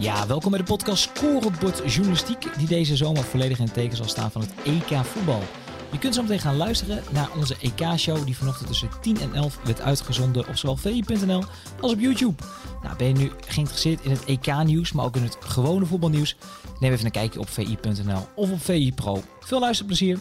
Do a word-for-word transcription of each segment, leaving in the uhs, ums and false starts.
Ja, welkom bij de podcast Scorebord Journalistiek, die deze zomer volledig in het teken zal staan van het E K voetbal. Je kunt zo meteen gaan luisteren naar onze E K-show die vanochtend tussen tien en elf werd uitgezonden op zowel v i punt n l als op YouTube. Nou, ben je nu geïnteresseerd in het E K-nieuws, maar ook in het gewone voetbalnieuws? Neem even een kijkje op v i punt n l of op V I Pro. Veel luisterplezier!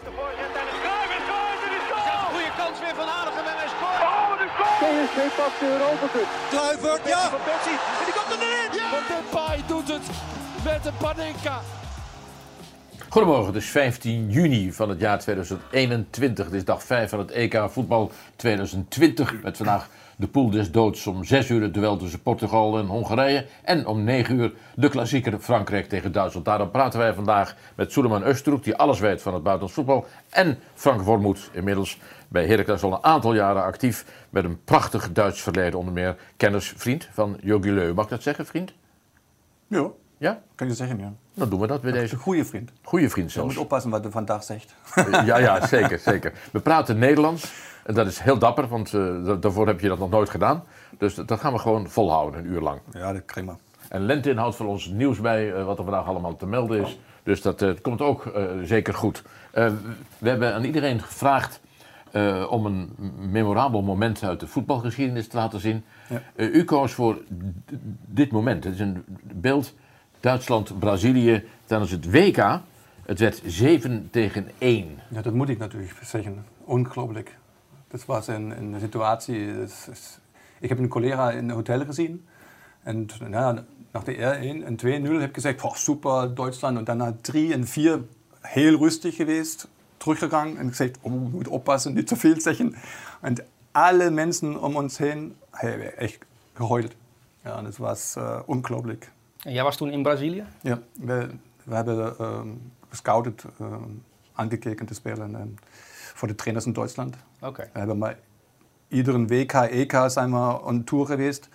P S V pakt de Europa Cup. Kluivert, ja! Van Persie. En die komt erin! Ja! Want Depay doet het met de Panenka. Goedemorgen, het is vijftien juni van het jaar tweeduizend eenentwintig. Het is dag vijf van het E K voetbal tweeduizend twintig. Met vandaag de pool des doods om zes uur het duel tussen Portugal en Hongarije. En om negen uur de klassieker Frankrijk tegen Duitsland. Daarom praten wij vandaag met Suleiman Öztürk, die alles weet van het buitenlands voetbal. En Frank Wormoed, inmiddels bij Heracles al een aantal jaren actief. Met een prachtig Duits verleden, onder meer kennis, vriend van Jogi Löw. Mag ik dat zeggen, vriend? Ja, Ja? kan je zeggen, ja. Dan doen we dat bij Dat is deze een goede vriend. goede vriend Je zelfs. moet oppassen wat hij vandaag zegt. Ja, ja, zeker, zeker. We praten Nederlands. En dat is heel dapper, want uh, daarvoor heb je dat nog nooit gedaan. Dus dat, dat gaan we gewoon volhouden, een uur lang. Ja, dat krijg maar. En Lentin houdt voor ons nieuws bij, uh, wat er vandaag allemaal te melden is. Dus dat uh, komt ook uh, zeker goed. Uh, we hebben aan iedereen gevraagd uh, om een memorabel moment uit de voetbalgeschiedenis te laten zien. Ja. Uh, u koos voor d- dit moment. Het is een beeld Duitsland-Brazilië tijdens het W K. Het werd zeven tegen één. Ja, dat moet ik natuurlijk zeggen. Ongelooflijk. Dat was een, een situatie. Dat is, ik heb een collega in een hotel gezien. En nou, nach de één en twee nul heb ik gezegd, oh, super Duitsland. En daarna drie en vier heel rustig geweest. Teruggegaan en gezegd, oh, we moeten oppassen, niet te veel zeggen. En alle mensen om ons heen hebben echt gehuild. Ja, dat was uh, ongelooflijk. En jij was toen in Brazilië? Ja, we, we hebben um, gescoutet, um, aangekeken te spelen um, voor de trainers in Duitsland. Oké. Okay. We hebben maar iedere W K, E K zijn we on tour geweest.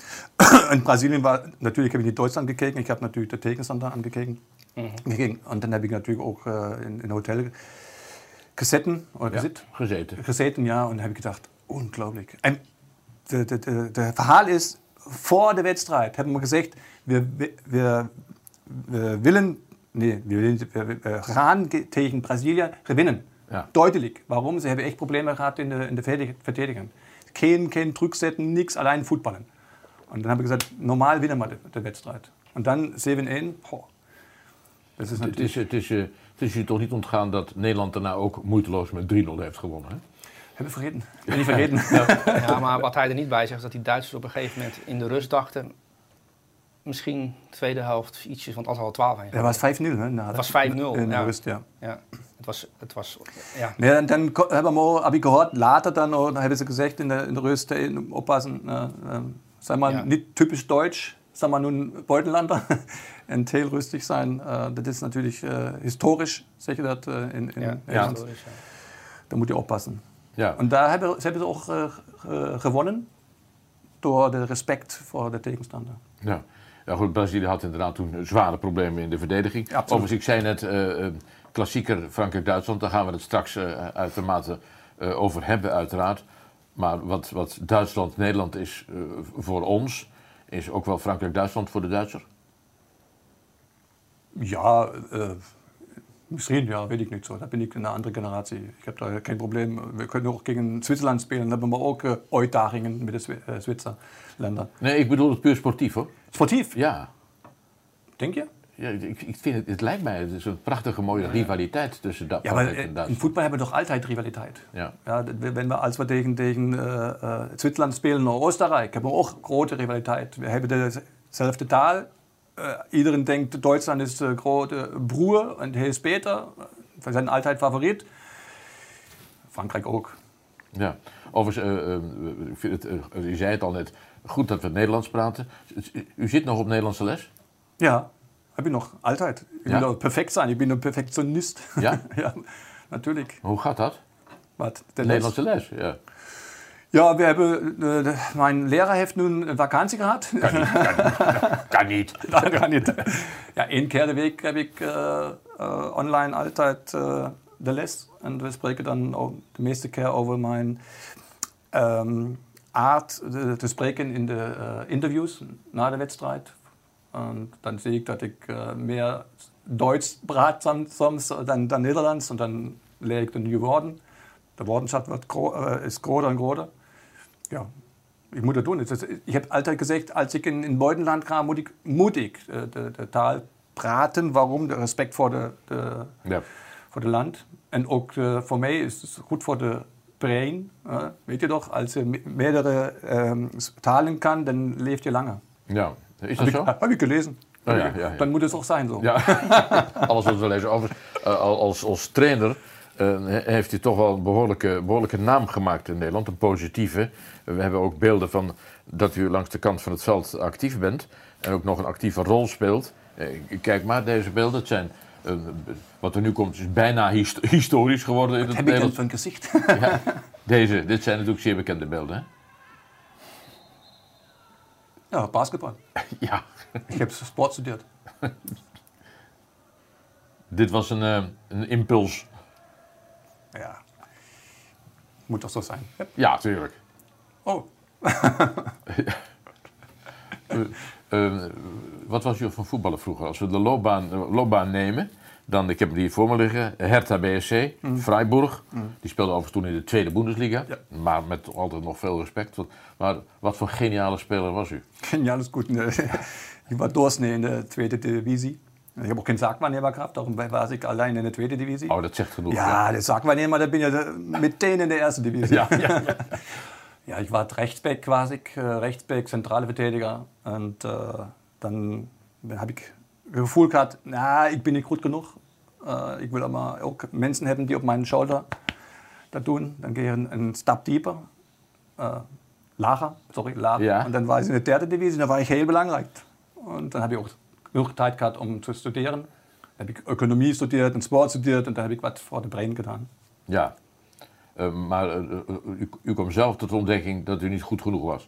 In Brazilië war, natuurlijk heb ik niet Duitsland gekeken, ik heb natuurlijk de tegenstander aangekeken. Mm-hmm. En dan heb ik natuurlijk ook uh, in een hotel gezeten. Of Ja, gezet, gezeten. Gezeten, ja, en dan heb ik gedacht, ongelooflijk. En de, de, de, de verhaal is, voor de wedstrijd hebben we gezegd, we, we, we, we willen, nee, we, willen, we, we gaan tegen Brazilië gewinnen. Ja. Duidelijk. Waarom? Ze hebben echt problemen gehad in de, in de verdediging. Geen, geen druk zetten, niks, alleen voetballen. En dan heb ik gezegd, normaal winnen we de, de wedstrijd. En dan zeven één, oh, dat is Het is, het, is, uh, het is je toch niet ontgaan dat Nederland daarna ook moeiteloos met drie nul heeft gewonnen, hè? Heb ik vergeten. Ben niet vergeten. Ja. Ja, maar wat hij er niet bij zegt, is dat die Duitsers op een gegeven moment in de rust dachten, misschien tweede helft ietsjes, want als al twaalf heen. Dat was vijf nul, hè? Het was vijf nul. In de Ja. rust, ja. Ja, het was, het was, ja. Nee, en dan hebben we, heb ik gehoord, later dan, dan hebben ze gezegd in de, in de rust, eh, oppassen, uh, uh, zeg maar, Ja. niet typisch Deutsch, zeg maar nun Beutenlander. En heel rustig zijn, uh, dat is natuurlijk uh, historisch, zeg je dat uh, in, in Ja, Nederland. historisch, ja. Dan moet je oppassen. Ja. En daar hebben, ze hebben ze ook uh, uh, gewonnen door de respect voor de tegenstander. Ja. Ja, goed, Brazilië had inderdaad toen zware problemen in de verdediging. Ja, absoluut. Overigens, ik zei net, uh, uh, klassieker Frankrijk-Duitsland, daar gaan we het straks uh, uitermate uh, over hebben uiteraard. Maar wat, wat Duitsland-Nederland is uh, voor ons, is ook wel Frankrijk-Duitsland voor de Duitser? Ja, uh, misschien, ja, weet ik niet zo. Dat ben ik een andere generatie. Ik heb daar geen probleem. We kunnen ook tegen Zwitserland spelen. Dan hebben we ook uh, uitdagingen met de Zwi- uh, Zwitserländer. Nee, ik bedoel het puur sportief, hoor. Sportief, Ja. denk je? Ja, ik, ik vind het, het lijkt mij, het is een prachtige mooie rivaliteit tussen da- Ja, maar Frankrijk en uh, in Duitsland. voetbal hebben we toch altijd rivaliteit. Ja. Ja, dat- wenn we, als we tegen, tegen uh, uh, Zwitserland spelen of Oostenrijk, hebben we ook grote rivaliteit. We hebben dezelfde taal. Uh, iedereen denkt, Duitsland is de grote broer en hij is beter. We zijn altijd favoriet. Frankrijk ook. Ja, overigens, uh, uh, ik vind het, uh, u zei het al net, goed dat we Nederlands praten. U zit nog op Nederlandse les? Ja, heb ik nog, altijd. Ik Ja? wil ook perfect zijn, ik ben een perfectionist. Ja? Ja, natuurlijk. Hoe gaat dat? Wat, de Nederlandse les, ja. Ja, we hebben, uh, de, mijn leraar heeft nu een vakantie gehad. Kan niet, kan, kan niet. Dat kan niet. Ja, één keer de week heb ik uh, uh, online altijd uh, de les. En we spreken dan ook de meeste keer over mijn um, aard te spreken in de uh, interviews na de wedstrijd. Und dann sehe ich, dass ich äh, mehr Deutsch praat soms dan, dan Nederlands. En dan leer ik de nieuwe woorden. De woordenschat wordt gro uh, is groter en groter. Ja, ik moet dat doen. Ik heb altijd gezegd, als ik in, in buitenland ga, moet ik, moet ik de, de, de taal praten. Waarom? De respect voor de, de, ja. voor de land. En ook uh, voor mij is het goed voor de brein. Uh, weet je toch, als je meerdere um, talen kan, dan leef je langer. Ja, is dat zo? Heb ik gelezen. Oh, ja, ja, ja. Dan moet het ook zijn zo. Ja. Alles wat we lezen. Over, uh, als, als trainer uh, heeft hij toch wel een behoorlijke, behoorlijke naam gemaakt in Nederland. Een positieve. We hebben ook beelden van dat u langs de kant van het veld actief bent. En ook nog een actieve rol speelt. Uh, kijk maar, deze beelden. Het zijn, uh, wat er nu komt is bijna hist historisch geworden in het heb Nederlands. Heb ik een gezicht? Ja, deze, dit zijn natuurlijk zeer bekende beelden, hè? Ja, basketbal. Ja. Ik heb sport gestudeerd. Dit was een, uh, een impuls. Ja. Moet toch zo zijn? Ja, tuurlijk. Oh. uh, uh, wat was u van voetballen vroeger? Als we de loopbaan, uh, loopbaan nemen, dan, ik heb hem hier voor me liggen, Hertha B S C, mm. Freiburg. Mm. Die speelde overigens toen in de tweede Bundesliga. Ja. Maar met altijd nog veel respect. Maar wat voor geniale speler was u? Geniaal is goed. Ik was doorsnee in de tweede divisie. Ik heb ook geen zaakwaarnemerkracht, daarom was ik alleen in de tweede divisie. Oh, dat zegt genoeg. Ja, ja. De zaakwaarnemer, dan ben je de, meteen in de eerste divisie. Ja, ja, ja. Ja, ik was rechtsback, was ik. Rechtsback, centrale verdediger. En uh, dan heb ik het gevoel gehad, nou, ik ben niet goed genoeg. Uh, ik wil maar ook mensen hebben die op mijn schouder dat doen. Dan ga je een, een stap dieper. Uh, lager, sorry, lager. Ja. En dan was ik in de derde divisie, dan was ik heel belangrijk. En dan heb ik ook genoeg tijd gehad om te studeren. Dan heb ik economie gestudeerd en sport gestudeerd en dan heb ik wat voor de brein gedaan. Ja, uh, maar uh, uh, u, u kwam zelf tot de ontdekking dat u niet goed genoeg was.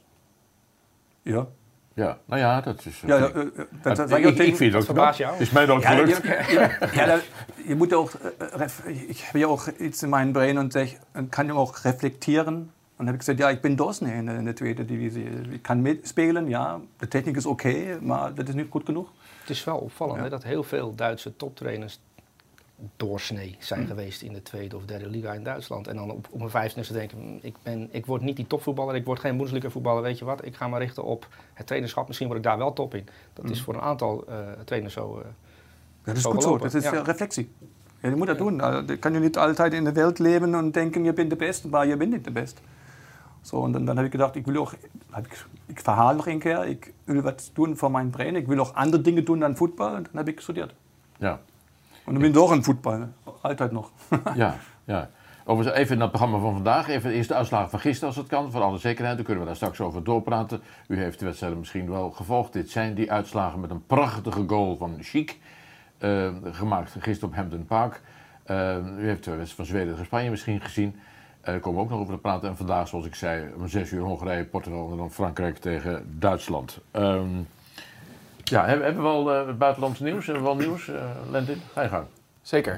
Ja. Ja, nou ja, dat is... Uh, ja, uh, uh, dat, dat, ik, ik, ik vind dat verbaast jou. Is mij dan ja, gelukt. Ja, ja, ja, je moet ook, uh, ik heb ja ook iets in mijn brein en zeg, kan je ook reflecteren. En dan heb ik gezegd, ja, ik ben doorsnee in, in de tweede divisie. Ik kan meespelen, ja, de techniek is oké, okay, maar dat is niet goed genoeg. Het is wel opvallend ja. hè, dat heel veel Duitse toptrainers doorsnee zijn mm. geweest in de tweede of derde liga in Duitsland. En dan op, op mijn vijftigste denken, ik, ben, ik word niet die topvoetballer, ik word geen Bundesliga voetballer, weet je wat. Ik ga me richten op het trainerschap, misschien word ik daar wel top in. Dat mm. is voor een aantal uh, trainers zo uh, Dat is zo goed gelopen. zo, dat is ja. reflectie. Ja, je moet dat ja. doen. Dan kan je niet altijd in de wereld leven en denken, je bent de beste, maar je bent niet de beste. Zo, en dan, dan heb ik gedacht, ik wil ook, ik, ik verhaal nog een keer, ik wil wat doen voor mijn brein, ik wil ook andere dingen doen dan voetbal en dan heb ik gestudeerd. Ja. En dan ben ik toch een voetbal, altijd nog. Ja, ja. Overigens even naar het programma van vandaag, even eerst de uitslagen van gisteren als het kan, voor alle zekerheid, dan kunnen we daar straks over doorpraten. U heeft de wedstrijden misschien wel gevolgd, dit zijn die uitslagen met een prachtige goal van Schick, uh, gemaakt gisteren op Hampden Park. Uh, u heeft de wedstrijd van Zweden tegen Spanje misschien gezien. Daar uh, komen we ook nog over te praten. En vandaag, zoals ik zei, om zes uur Hongarije, Portugal en dan Frankrijk tegen Duitsland. Um, ja, hebben, hebben we al uh, het buitenlandse nieuws? Hebben we al nieuws? Uh, Lentin, ga je gang. Zeker.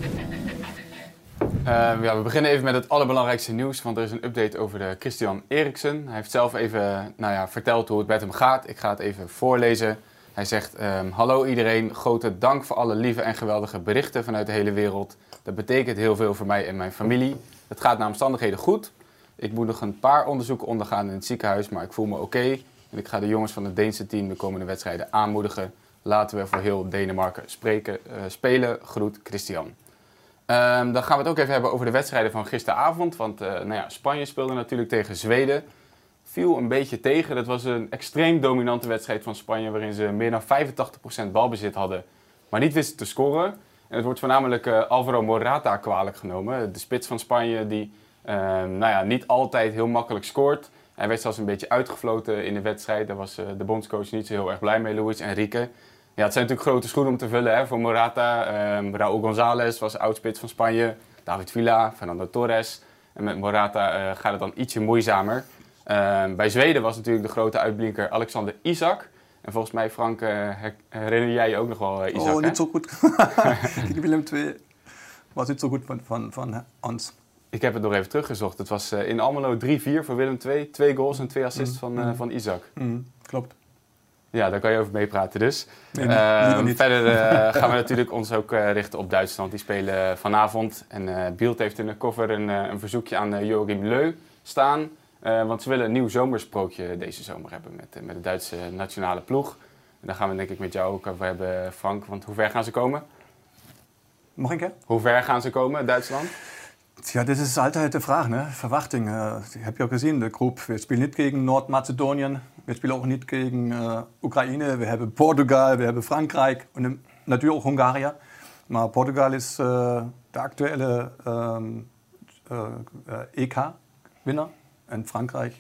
Uh, ja, we beginnen even met het allerbelangrijkste nieuws, want er is een update over de Christian Eriksen. Hij heeft zelf even nou ja, verteld hoe het met hem gaat. Ik ga het even voorlezen. Hij zegt, um, hallo iedereen, grote dank voor alle lieve en geweldige berichten vanuit de hele wereld. Dat betekent heel veel voor mij en mijn familie. Het gaat naar omstandigheden goed. Ik moet nog een paar onderzoeken ondergaan in het ziekenhuis, maar ik voel me oké. Okay. En ik ga de jongens van het Deense team de komende wedstrijden aanmoedigen. Laten we voor heel Denemarken spreken, uh, spelen. Groet, Christian. Um, dan gaan we het ook even hebben over de wedstrijden van gisteravond. Want uh, nou ja, Spanje speelde natuurlijk tegen Zweden. Viel een beetje tegen. Dat was een extreem dominante wedstrijd van Spanje, waarin ze meer dan vijfentachtig procent balbezit hadden, maar niet wisten te scoren. En het wordt voornamelijk uh, Alvaro Morata kwalijk genomen. De spits van Spanje die uh, nou ja, niet altijd heel makkelijk scoort. Hij werd zelfs een beetje uitgefloten in de wedstrijd. Daar was uh, de bondscoach niet zo heel erg blij mee, Luis Enrique. Ja, het zijn natuurlijk grote schoenen om te vullen hè, voor Morata. Um, Raúl González was oudspits van Spanje. David Villa, Fernando Torres. En met Morata uh, gaat het dan ietsje moeizamer. Um, bij Zweden was natuurlijk de grote uitblinker Alexander Isak. En volgens mij, Frank, uh, herinner jij je ook nog wel uh, Isak, Oh, hè? niet zo goed. Willem twee was niet zo goed van, van, van ons. Ik heb het nog even teruggezocht. Het was uh, in Almelo drie vier voor Willem twee. Twee goals en twee assists mm. van, uh, van Isak. Mm, klopt. Ja, daar kan je over meepraten dus. Nee, Uh, liever niet. verder uh, gaan we natuurlijk ons ook uh, richten op Duitsland. Die spelen vanavond. En uh, Bild heeft in de cover een, uh, een verzoekje aan uh, Joachim Löw staan. Uh, want ze willen een nieuw zomersprookje deze zomer hebben met, uh, met de Duitse nationale ploeg. En daar gaan we denk ik met jou ook over hebben, Frank. Want hoe ver gaan ze komen? Nog een keer? Hoe ver gaan ze komen, Duitsland? Ja, das ist altijd de vraag, ne? Verwachting. Uh, heb je ook gezien, de groep. We spelen niet tegen Noord-Macedonië. We spelen ook niet tegen uh, Oekraïne. We hebben Portugal, we hebben Frankrijk en natuurlijk ook Hongarije. Maar Portugal is uh, de actuele um, uh, uh, E K-winnaar en Frankrijk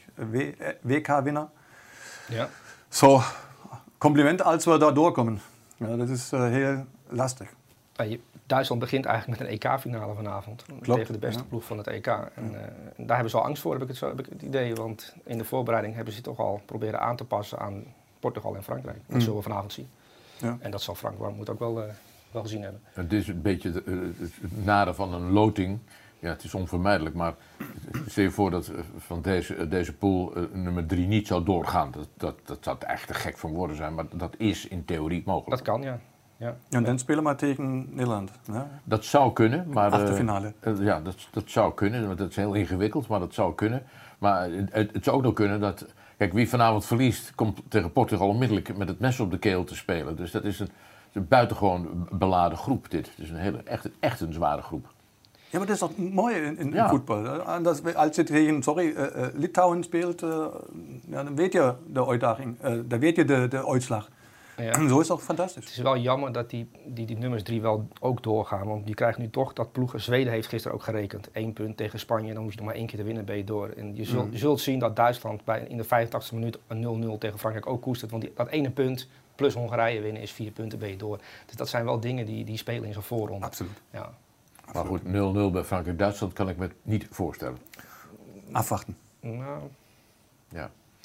W K-winnaar. Ja. Zo, compliment als we daar doorkomen. Ja, dat is uh, heel lastig. Ja, je, Duitsland begint eigenlijk met een E K-finale vanavond. Klopt, tegen de beste ja. ploeg van het E K. En, uh, en daar hebben ze al angst voor, heb ik, het zo, heb ik het idee. Want in de voorbereiding hebben ze toch al proberen aan te passen aan Portugal en Frankrijk. Dat Mm. zullen we vanavond zien. Ja. En dat zal Frank Warmoed ook wel, uh, wel gezien hebben. Het is een beetje de, uh, het nare van een loting. Ja, het is onvermijdelijk, maar stel je voor dat uh, van deze, uh, deze pool uh, nummer drie niet zou doorgaan. Dat, dat, dat zou echt te gek van worden zijn, maar dat is in theorie mogelijk. Dat kan, ja. Ja. En dan spelen we tegen Nederland. Ja? Dat zou kunnen, maar... Achtste uh, finale. uh, ja, dat, dat zou kunnen, want dat is heel ingewikkeld, maar dat zou kunnen. Maar het, het zou ook nog kunnen dat... Kijk, wie vanavond verliest, komt tegen Portugal onmiddellijk met het mes op de keel te spelen. Dus dat is een, een buitengewoon beladen groep, dit. Het is een hele, echt, echt een zware groep. Ja, maar dat is toch mooi in, in, Ja. in voetbal. Anders, als je tegen sorry, uh, uh, Litouwen speelt, uh, ja, dan weet je de uitdaging. Uh, dan weet je de, de uitslag. Ja. En zo is het ook fantastisch. Het is wel jammer dat die, die, die nummers drie wel ook doorgaan. Want je krijgt nu toch dat ploegen... Zweden heeft gisteren ook gerekend. Eén punt tegen Spanje. Dan moet je nog maar één keer te winnen, ben je door. En je zult, Mm. je zult zien dat Duitsland bij, in de vijfentachtigste minuut een nul nul tegen Frankrijk ook koestert. Want die, dat ene punt plus Hongarije winnen is vier punten, ben je door. Dus dat zijn wel dingen die, die spelen in zijn voorronde. Absoluut. Ja. Maar goed, nul nul bij Frankrijk-Duitsland kan ik me niet voorstellen. Afwachten. Nou, Ja.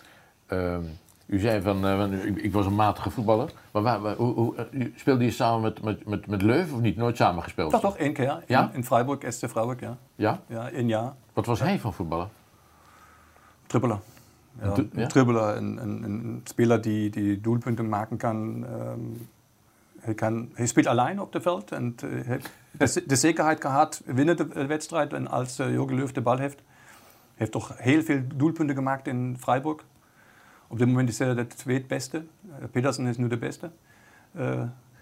Um, u zei van, uh, van ik, ik was een matige voetballer. Maar waar, waar, hoe, hoe, uh, speelde je samen met, met, met, met Löw of niet? Nooit samen gespeeld? Toch, toch, één keer. Ja? In, in Freiburg, S C Freiburg, ja. Ja? Ja, één jaar. Wat was hij van voetballer? Trippeler. Ja, Du- ja? Een trippeler, een, een, een speler die, die doelpunten maken kan. Um, hij, kan. Hij speelt alleen op het veld en uh, heeft de, de zekerheid gehad, winnen de wedstrijd. En als uh, Jogi Löw de bal heeft, heeft toch heel veel doelpunten gemaakt in Freiburg. Op dit moment is hij de tweede-beste. Uh, Petersen is nu de beste. Uh,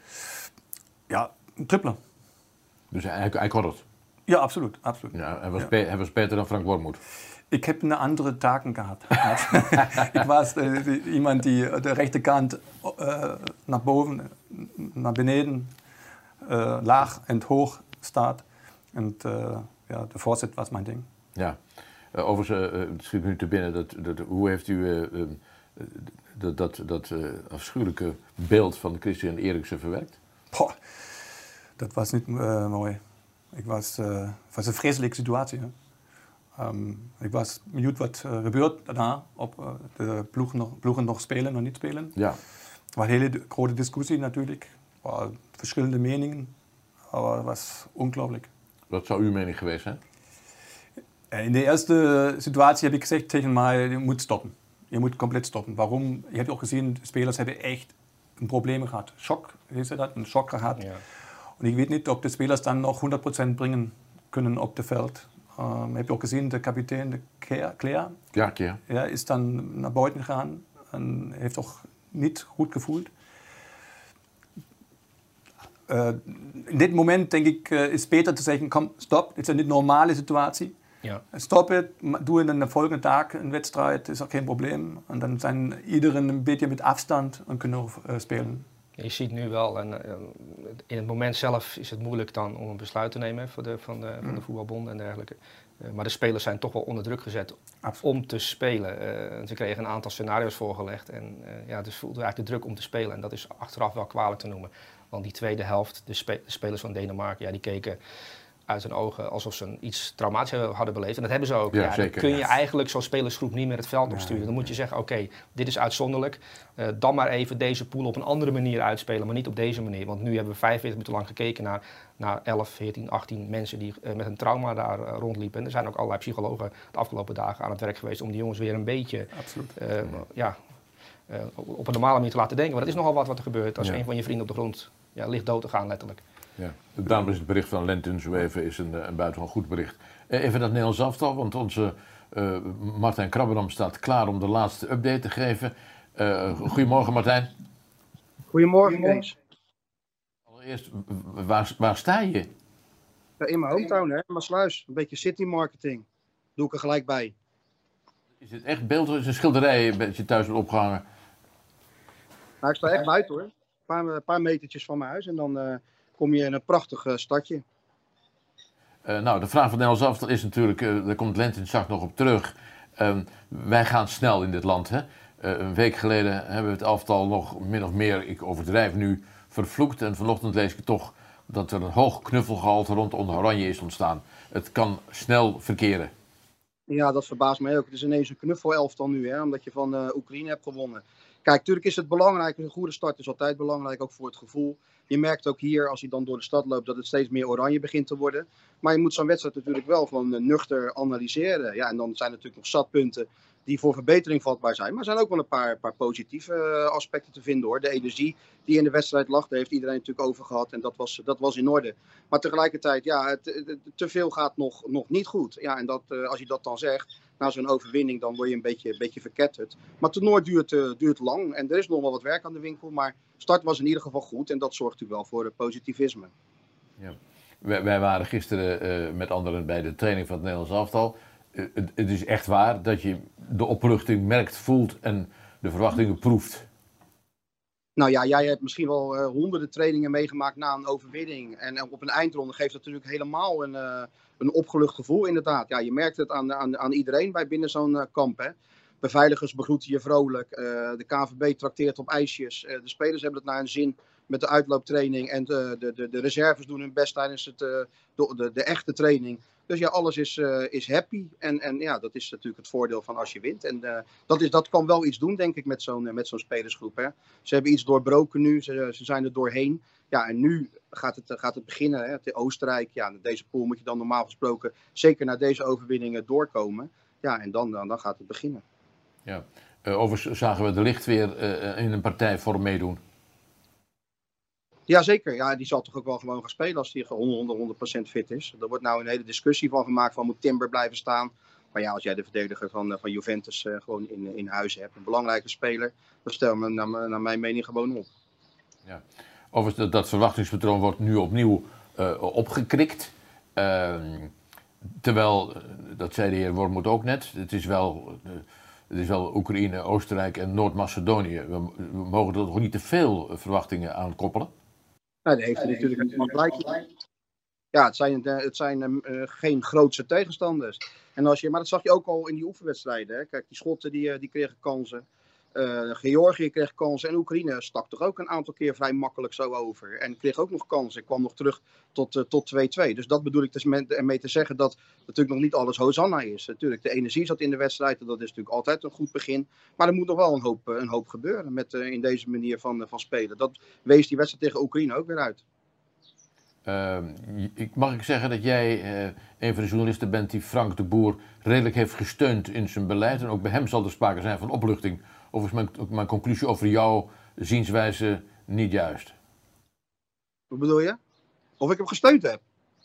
ja, een trippeler. Dus hij, hij kon het. Ja, absoluut. absoluut. Ja, hij, was Ja. be- hij was beter dan Frank Warmoed. Ik heb een andere taken gehad. Ik was uh, die, iemand die de rechterkant uh, naar boven, naar beneden, uh, laag en hoog staat. En uh, ja, de voorzet was mijn ding. Ja. Uh, overigens, uh, het schiet me nu te binnen, dat, dat, hoe heeft u uh, uh, dat, dat, dat uh, afschuwelijke beeld van Christian Eriksen verwerkt? Poh, dat was niet uh, mooi. Ik was, uh, het was een vreselijke situatie. Hè? Um, ik was benieuwd wat uh, gebeurt daarna. Op uh, de ploegen nog, ploegen nog spelen, nog niet spelen. Ja. Het was een hele grote discussie natuurlijk. Er waren verschillende meningen. Maar het was ongelooflijk. Wat zou uw mening geweest zijn? In de eerste situatie heb ik gezegd tegen mij, je moet stoppen. Je moet compleet stoppen. Waarom? Je hebt ook gezien, de spelers hebben echt een probleem gehad. Shock, heet ze dat? Een shock gehad. ja. En ik weet niet of de spelers dan nog honderd procent brengen kunnen op het veld. Um, heb je ook gezien, de kapitein, de Claire, Ja, keer. ja, is dan naar buiten gegaan en heeft toch niet goed gevoeld. Uh, in dit moment denk ik, uh, is beter te zeggen, kom, stop, dit is een niet normale situatie. Ja. Stop het, doe in de volgende dag een wedstrijd, is ook geen probleem. En dan zijn iedereen een beetje met afstand en kunnen uh, spelen. Je ziet nu wel, en uh, in het moment zelf is het moeilijk dan om een besluit te nemen voor de, van, de, van de voetbalbond en dergelijke. Uh, maar de spelers zijn toch wel onder druk gezet Absoluut. om te spelen. Uh, ze kregen een aantal scenario's voorgelegd en uh, ja, dus voelde eigenlijk de druk om te spelen. En dat is achteraf wel kwalijk te noemen. Want die tweede helft, de, spe- de spelers van Denemarken, ja, die keken uit hun ogen alsof ze een iets traumatisch hadden beleefd. En dat hebben ze ook. Ja, Ja, zeker, dan kun je ja. eigenlijk zo'n spelersgroep niet meer het veld opsturen. Dan moet je zeggen, oké, okay, dit is uitzonderlijk. Uh, dan maar even deze pool op een andere manier uitspelen, maar niet op deze manier. Want nu hebben we vijfenveertig minuten lang gekeken naar, naar elf, veertien, achttien mensen die uh, met een trauma daar uh, rondliepen. En er zijn ook allerlei psychologen de afgelopen dagen aan het werk geweest om die jongens weer een beetje Absoluut. uh, ja, uh, op een normale manier te laten denken. Want het is nogal wat wat er gebeurt als Ja. een van je vrienden op de grond ja, ligt dood te gaan, letterlijk. Ja. Daarom is het bericht van Lentin zo even is een, een buitengewoon goed bericht. Even dat Nederlands elftal, want onze uh, Martijn Krabbenam staat klaar om de laatste update te geven. Uh, goedemorgen Martijn. Goedemorgen Kees. Allereerst, waar, waar sta je? Ja, in mijn hometown, hè, Maasluis. Een beetje city marketing. Doe ik er gelijk bij. Is het echt beeld of is een schilderij dat je thuis wordt opgehangen? Nou, ik sta echt buiten hoor. Een paar, paar metertjes van mijn huis en dan uh, kom je in een prachtig uh, stadje. Uh, nou, de vraag van Nederlands elftal is natuurlijk, uh, daar komt Lentin straks nog op terug. Uh, wij gaan snel in dit land. Hè? Uh, een week geleden hebben we het elftal nog min of meer, ik overdrijf nu, vervloekt. En vanochtend lees ik toch dat er een hoog knuffelgehalte rondom Oranje is ontstaan. Het kan snel verkeren. Ja, dat verbaast mij ook. Het is ineens een knuffelelftal nu, hè, omdat je van uh, Oekraïne hebt gewonnen. Kijk, natuurlijk is het belangrijk. Een goede start is altijd belangrijk, ook voor het gevoel. Je merkt ook hier, als hij dan door de stad loopt, dat het steeds meer oranje begint te worden. Maar je moet zo'n wedstrijd natuurlijk wel gewoon uh, nuchter analyseren. Ja, en dan zijn er natuurlijk nog zat punten die voor verbetering vatbaar zijn. Maar er zijn ook wel een paar, paar positieve uh, aspecten te vinden hoor. De energie die in de wedstrijd lag, daar heeft iedereen natuurlijk over gehad. En dat was, dat was in orde. Maar tegelijkertijd, ja, het, het, te veel gaat nog, nog niet goed. Ja, en dat, uh, als je dat dan zegt, na zo'n overwinning, dan word je een beetje, een beetje verketterd. Maar het toernooi duurt, uh, duurt lang en er is nog wel wat werk aan de winkel. Maar start was in ieder geval goed en dat zorgt natuurlijk wel voor uh, positivisme. Ja. Wij, wij waren gisteren uh, met anderen bij de training van het Nederlands elftal. Uh, het, het is echt waar dat je de opluchting merkt, voelt en de verwachtingen proeft. Nou ja, jij hebt misschien wel uh, honderden trainingen meegemaakt na een overwinning. En uh, op een eindronde geeft dat natuurlijk helemaal een, uh, een opgelucht gevoel inderdaad. Ja, je merkt het aan, aan, aan iedereen bij binnen zo'n uh, kamp. Hè. Beveiligers begroeten je vrolijk. Uh, de K N V B trakteert op ijsjes. Uh, de spelers hebben het naar hun zin met de uitlooptraining. En de, de, de, de reserves doen hun best tijdens het, uh, de, de, de echte training. Dus ja, alles is, uh, is happy. En, en ja, dat is natuurlijk het voordeel van als je wint. En uh, dat, is, dat kan wel iets doen, denk ik, met zo'n uh, met zo'n spelersgroep. Hè. Ze hebben iets doorbroken nu. Ze, ze zijn er doorheen. Ja, en nu gaat het, uh, gaat het beginnen. Hè. Het Oostenrijk, ja, deze pool moet je dan normaal gesproken zeker na deze overwinningen doorkomen. Ja, en dan, dan, dan gaat het beginnen. Ja. Uh, overigens zagen we de Ligt weer uh, in een partijvorm meedoen. Jazeker, ja, die zal toch ook wel gewoon gaan spelen als hij honderd procent fit is. Er wordt nou een hele discussie van gemaakt van moet Timber blijven staan. Maar ja, als jij de verdediger van, van Juventus uh, gewoon in, in huis hebt, een belangrijke speler, dan stel me naar, naar mijn mening gewoon op. Ja. Overigens, dat, dat verwachtingspatroon wordt nu opnieuw uh, opgekrikt. Uh, terwijl, dat zei de heer Wormoed ook net, het is wel... Uh, Het is wel Oekraïne, Oostenrijk en Noord-Macedonië. We, we mogen er toch niet te veel verwachtingen aan koppelen? Nou, dat heeft hij natuurlijk helemaal gelijk. Ja, het zijn, het zijn uh, geen grootse tegenstanders. En als je, maar dat zag je ook al in die oefenwedstrijden. Hè. Kijk, die Schotten die, die kregen kansen. Uh, Georgië kreeg kansen. En Oekraïne stak toch ook een aantal keer vrij makkelijk zo over. En kreeg ook nog kansen. Ik kwam nog terug tot, uh, tot twee twee. Dus dat bedoel ik dus met, ermee te zeggen dat natuurlijk nog niet alles Hosanna is. Natuurlijk, de energie zat in de wedstrijd. En dat is natuurlijk altijd een goed begin. Maar er moet nog wel een hoop, een hoop gebeuren met, uh, in deze manier van, van spelen. Dat wees die wedstrijd tegen Oekraïne ook weer uit. Uh, ik, mag ik zeggen dat jij uh, een van de journalisten bent die Frank de Boer redelijk heeft gesteund in zijn beleid. En ook bij hem zal er sprake zijn van opluchting. Of is mijn, mijn conclusie over jouw zienswijze niet juist? Wat bedoel je? Of ik hem gesteund heb?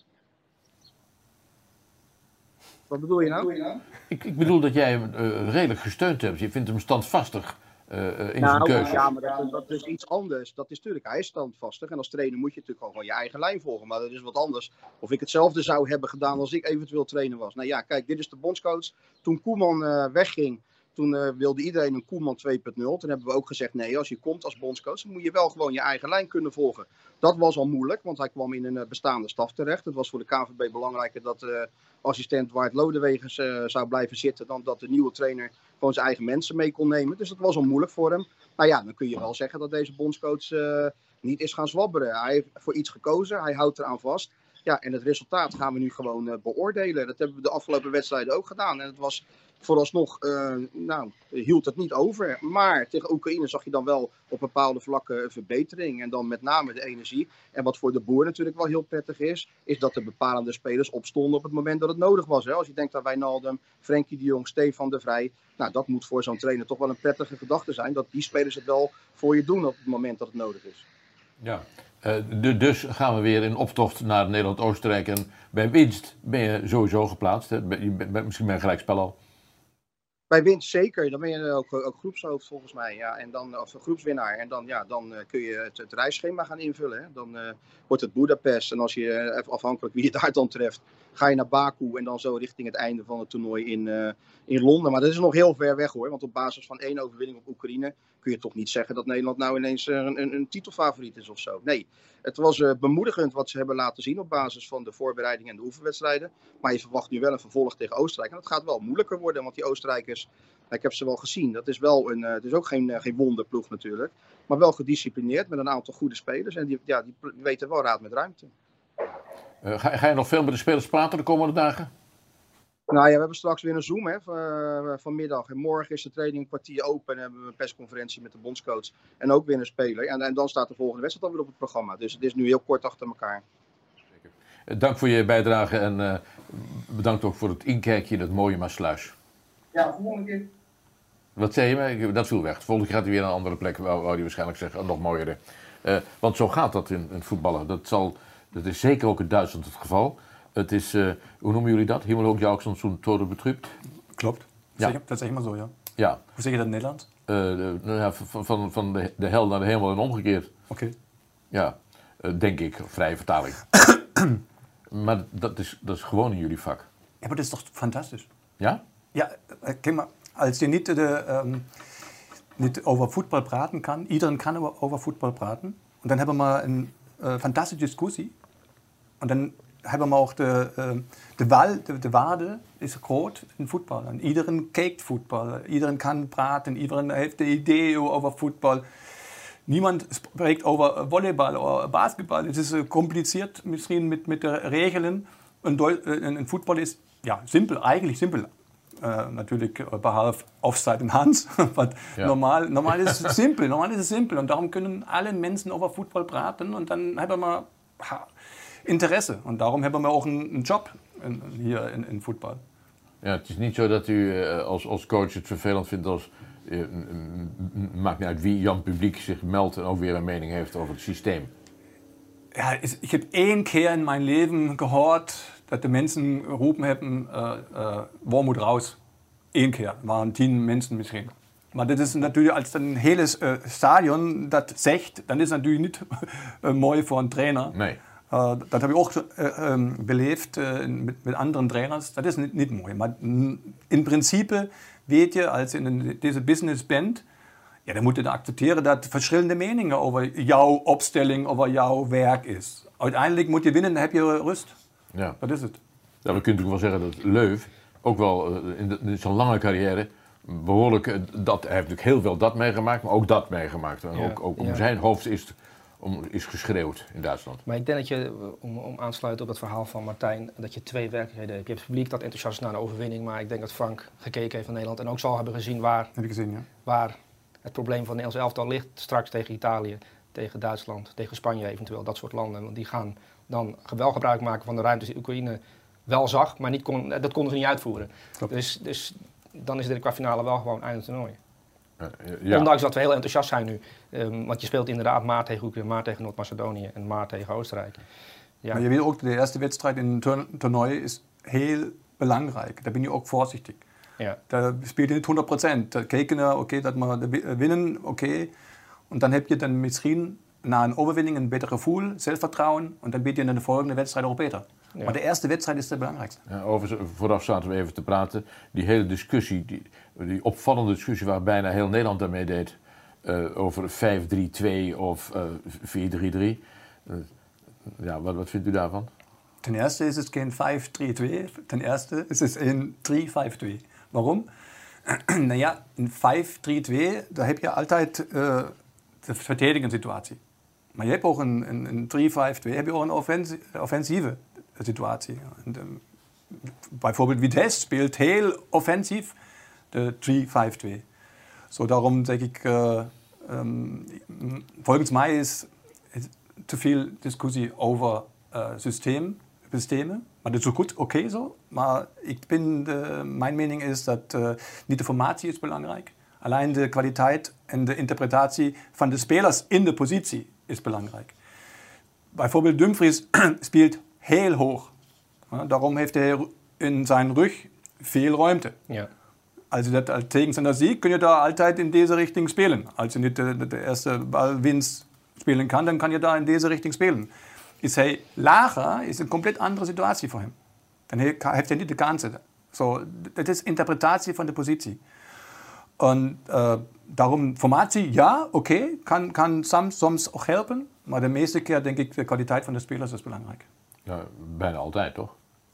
Wat bedoel je nou? Ik, ik bedoel dat jij hem uh, redelijk gesteund hebt. Je vindt hem standvastig uh, in nou, zijn keuze. Ja, maar dat, dat is iets anders. Dat is natuurlijk, hij is standvastig. En als trainer moet je natuurlijk gewoon je eigen lijn volgen. Maar dat is wat anders. Of ik hetzelfde zou hebben gedaan als ik eventueel trainer was. Nou ja, kijk, dit is de bondscoach. Toen Koeman uh, wegging... Toen uh, wilde iedereen een Koeman twee punt nul. Toen hebben we ook gezegd, nee, als je komt als bondscoach, dan moet je wel gewoon je eigen lijn kunnen volgen. Dat was al moeilijk, want hij kwam in een uh, bestaande staf terecht. Het was voor de K N V B belangrijker dat uh, assistent Wart Lodewegens uh, zou blijven zitten, dan dat de nieuwe trainer gewoon zijn eigen mensen mee kon nemen. Dus dat was al moeilijk voor hem. Nou ja, dan kun je wel zeggen dat deze bondscoach uh, niet is gaan zwabberen. Hij heeft voor iets gekozen, hij houdt eraan vast. Ja, en het resultaat gaan we nu gewoon uh, beoordelen. Dat hebben we de afgelopen wedstrijden ook gedaan. En het was vooralsnog uh, nou, hield het niet over. Maar tegen Oekraïne zag je dan wel op bepaalde vlakken verbetering. En dan met name de energie. En wat voor de boer natuurlijk wel heel prettig is, is dat de bepalende spelers opstonden op het moment dat het nodig was. Hè. Als je denkt aan Wijnaldum, Frenkie de Jong, Stefan de Vrij. Nou, dat moet voor zo'n trainer toch wel een prettige gedachte zijn. Dat die spelers het wel voor je doen op het moment dat het nodig is. Ja, uh, de, dus gaan we weer in optocht naar Nederland-Oostenrijk. En bij winst ben je sowieso geplaatst. Hè? Je bent misschien bij een gelijkspel al. Bij winst zeker, dan ben je ook, ook groepshoofd volgens mij, ja, en dan, of groepswinnaar. En dan, ja, dan uh, kun je het, het reisschema gaan invullen. Hè. Dan uh, wordt het Budapest en als je, uh, afhankelijk wie je daar dan treft, ga je naar Baku en dan zo richting het einde van het toernooi in, uh, in Londen. Maar dat is nog heel ver weg hoor, want op basis van één overwinning op Oekraïne kun je toch niet zeggen dat Nederland nou ineens uh, een, een, een titelfavoriet is of zo. Nee, het was uh, bemoedigend wat ze hebben laten zien op basis van de voorbereidingen en de oefenwedstrijden. Maar je verwacht nu wel een vervolg tegen Oostenrijk. En dat gaat wel moeilijker worden, want die Oostenrijkers, ik heb ze wel gezien. Dat is wel een, uh, het is ook geen, uh, geen wonderploeg natuurlijk. Maar wel gedisciplineerd met een aantal goede spelers. En die, ja, die weten wel raad met ruimte. Uh, ga, ga je nog veel met de spelers praten de komende dagen? Nou ja, we hebben straks weer een Zoom hè, van, vanmiddag. En morgen is de training een kwartier open. En hebben we een persconferentie met de bondscoach. En ook weer een speler. En, en dan staat de volgende wedstrijd alweer op het programma. Dus het is nu heel kort achter elkaar. Dank voor je bijdrage en uh, bedankt ook voor het inkijkje in het mooie Maassluis. Ja, volgende keer. Wat zei je? Dat viel weg. Volgende keer gaat hij weer naar een andere plek, wou, wou hij waarschijnlijk zeggen. Nog mooier. Uh, want zo gaat dat in, in voetballen. Dat, zal, dat is zeker ook in Duitsland het geval. Het is, uh, hoe noemen jullie dat? Himmel ook jou zo'n tode betrübt? Klopt. Ja. Dat zeg ik maar zo, ja. Ja. Hoe zeg je dat in Nederland? Uh, de, nou ja, van van, van de, de hel naar de hemel en omgekeerd. Oké. Okay. Ja, uh, denk ik. Vrije vertaling. Maar dat is, dat is gewoon in jullie vak. Ja, maar dat is toch fantastisch? Ja? Ja, kijk maar. Als je niet, de, um, niet over voetbal praten kan, iedereen kan over, over voetbal praten. En dan hebben we een uh, fantastische discussie. En dan hebben we ook de, uh, de, wal, de, de waarde is groot in voetbal. En iedereen kijkt voetbal, iedereen kan praten, iedereen heeft een idee over voetbal. Niemand spreekt over volleybal of basketbal. Het is compliceerd misschien met, met de regelen. En voetbal is ja, simpel, eigenlijk simpel. Uh, natuurlijk behalve offside en hands. ja. normaal, normaal is het simpel. Normaal is het simpel. En daarom kunnen alle mensen over voetbal praten. En dan hebben we ha, interesse. En daarom hebben we ook een, een job in, hier in, in voetbal. Ja, het is niet zo dat u uh, als, als coach het vervelend vindt als... Uh, maakt niet uit wie Jan Publiek zich meldt en ook weer een mening heeft over het systeem. Ja, ik heb één keer in mijn leven gehoord dat de mensen geroepen hebben, uh, uh, waar moet raus? Eén keer, waren tien mensen misschien. Maar dat is natuurlijk, als een hele uh, stadion dat zegt, dan is het natuurlijk niet uh, mooi voor een trainer. Nee. Uh, dat heb ik ook uh, um, beleefd uh, met, met andere trainers. Dat is niet, niet mooi. Maar in principe weet je, als je in deze business bent, ja, dan moet je dan accepteren dat verschillende meningen over jouw opstelling, over jouw werk is. Uiteindelijk moet je winnen, dan heb je rust. Ja. Dat is het. Ja, we kunnen natuurlijk wel zeggen dat Löw ook wel uh, in, de, in zijn lange carrière behoorlijk, uh, dat, hij heeft natuurlijk heel veel dat meegemaakt, maar ook dat meegemaakt. En ja. Ook, ook om ja. zijn hoofd is, om, is geschreeuwd in Duitsland. Maar ik denk dat je, om, om aansluiten op het verhaal van Martijn, dat je twee werkelijkheden hebt. Je hebt het publiek dat enthousiast is naar de overwinning, maar ik denk dat Frank gekeken heeft naar Nederland en ook zal hebben gezien waar, heb ik gezien, ja. waar het probleem van het Nederlands elftal ligt straks tegen Italië, tegen Duitsland, tegen Spanje eventueel, dat soort landen. Want die gaan dan wel gebruik maken van de ruimtes die Oekraïne wel zag, maar niet kon, dat konden ze niet uitvoeren. Dus, dus dan is de kwartfinale wel gewoon einde toernooi. Uh, ja. Ondanks dat we heel enthousiast zijn nu. Um, want je speelt inderdaad maart tegen Oekraïne, maart tegen Noord-Macedonië en maart tegen Oostenrijk. Ja. Maar je weet ook, de eerste wedstrijd in een toernooi is heel belangrijk. Daar ben je ook voorzichtig. Ja. Daar speel je niet honderd procent. Daar kijken we, oké, okay, dat we winnen, oké. Okay. En dan heb je dan misschien na een overwinning een beter gevoel, zelfvertrouwen. En dan ben je in de volgende wedstrijd ook beter. Ja. Maar de eerste wedstrijd is de belangrijkste. Ja, over, vooraf zaten we even te praten. Die hele discussie, die, die opvallende discussie waar bijna heel Nederland daarmee deed. Uh, over vijf drie twee of uh, vier drie drie. Uh, ja, wat, wat vindt u daarvan? Ten eerste is het geen vijf drie twee. Ten eerste is het een drie vijf twee. Waarom? Nou ja, in vijf drie twee, daar heb je altijd uh, de verdedigingssituatie. Maar je hebt ook een, een, een drie vijf twee, heb je ook een offensie, offensieve situatie. En, um, bijvoorbeeld Vitesse speelt heel offensief de drie vijf twee. So, daarom zeg ik, uh, um, volgens mij is het te veel discussie over uh, systeem, systemen. Maar dat is ook goed, oké okay zo. Maar ik ben de, mijn mening is dat uh, niet de formatie is belangrijk. Alleen de kwaliteit en de interpretatie van de spelers in de positie is belangrijk. Bijvoorbeeld Dumfries speelt heel hoog. Ja, daarom heeft hij in zijn rug veel ruimte. Ja. Als je dat als tegenstander ziet, kun je daar altijd in deze richting spelen. Als je niet de, de eerste balwinst spelen kan, dan kan je daar in deze richting spelen. Is hij lager, is een compleet andere situatie voor hem. Dan heeft hij niet de kansen. So, dat is interpretatie van de positie. En uh, daarom formatie, ja, oké, okay, kan, kan soms, soms ook helpen. Maar de meeste keer denk ik de kwaliteit van de spelers is belangrijk. Ja, bijna altijd, toch?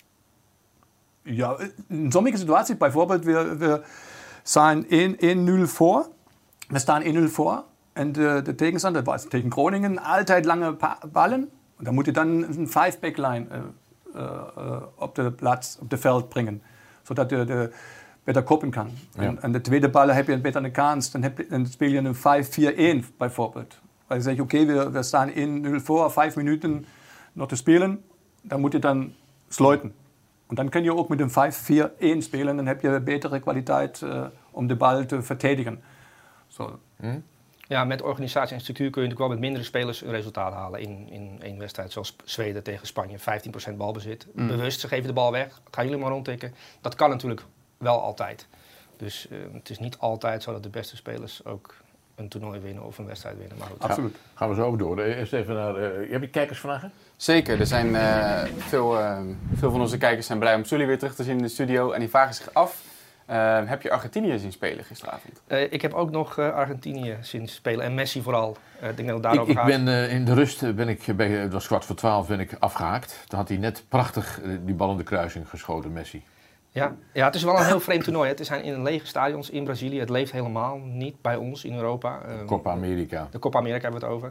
Ja, in sommige situaties, bijvoorbeeld, we, we zijn één nul voor. We staan één nul voor. En de, de tegenstander, dat was tegen Groningen, altijd lange ballen. Dan moet je dan een vijf-backline uh, uh, uh, op de plaats, op de veld brengen. Zodat de, de beter koppen kan. Ja. En, en de tweede bal heb je een betere kans. Dan, heb je, dan speel je een vijf vier één bijvoorbeeld. Weil je zegt, oké, okay, we, we staan één nul voor, vijf minuten nog te spelen. Dan moet je dan sluiten. En dan kun je ook met een vijf vier één spelen. Dan heb je betere kwaliteit uh, om de bal te verdedigen. So. Hm? Ja, met organisatie en structuur kun je natuurlijk wel met mindere spelers een resultaat halen in, in één wedstrijd. Zoals Zweden tegen Spanje, vijftien procent balbezit. Mm. Bewust, ze geven de bal weg, gaan jullie maar rondtikken. Dat kan natuurlijk wel altijd. Dus uh, het is niet altijd zo dat de beste spelers ook een toernooi winnen of een wedstrijd winnen. Maar goed. Absoluut. Ga, gaan we zo over door. Eerst even naar, uh, heb je kijkersvragen? Zeker, er zijn uh, veel, uh, veel van onze kijkers zijn blij om Sully weer terug te zien in de studio. En die vragen zich af, uh, heb je Argentinië zien spelen gisteravond? Uh, ik heb ook nog uh, Argentinië zien spelen en Messi vooral. Uh, ik denk dat het daarover ik, gaat. Ik ben uh, in de rust, ben ik, bij, het was kwart voor twaalf, ben ik afgehaakt. Toen had hij net prachtig uh, die bal in de kruising geschoten, Messi. Ja, ja, het is wel een heel vreemd toernooi. Het zijn in lege stadions in Brazilië. Het leeft helemaal niet bij ons in Europa. Um, Copa America. De Copa America hebben we het over.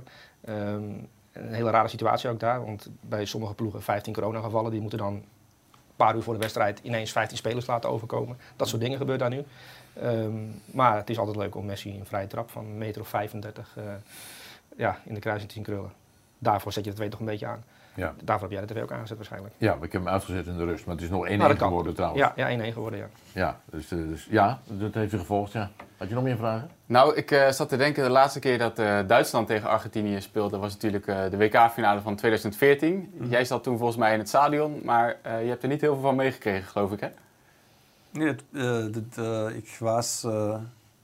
Um, een hele rare situatie ook daar. Want bij sommige ploegen vijftien coronagevallen. Die moeten dan een paar uur voor de wedstrijd ineens vijftien spelers laten overkomen. Dat soort dingen gebeuren daar nu. Um, maar het is altijd leuk om Messi een vrije trap van een meter of vijfendertig uh, ja, in de kruising te zien krullen. Daarvoor zet je de twee toch een beetje aan. Ja. Daarvoor heb jij de tv ook aangezet waarschijnlijk. Ja, maar ik heb hem uitgezet in de rust, maar het is nog één-één nou, geworden trouwens. Ja, ja één één geworden, ja. Ja, dus, dus ja, dat heeft u gevolgd, ja. Had je nog meer vragen? Nou, ik uh, zat te denken, de laatste keer dat uh, Duitsland tegen Argentinië speelde was natuurlijk uh, de W K-finale van twintig veertien. Mm-hmm. Jij zat toen volgens mij in het stadion, maar uh, je hebt er niet heel veel van meegekregen, geloof ik, hè? Nee, dat, uh, dat, uh, ik was uh,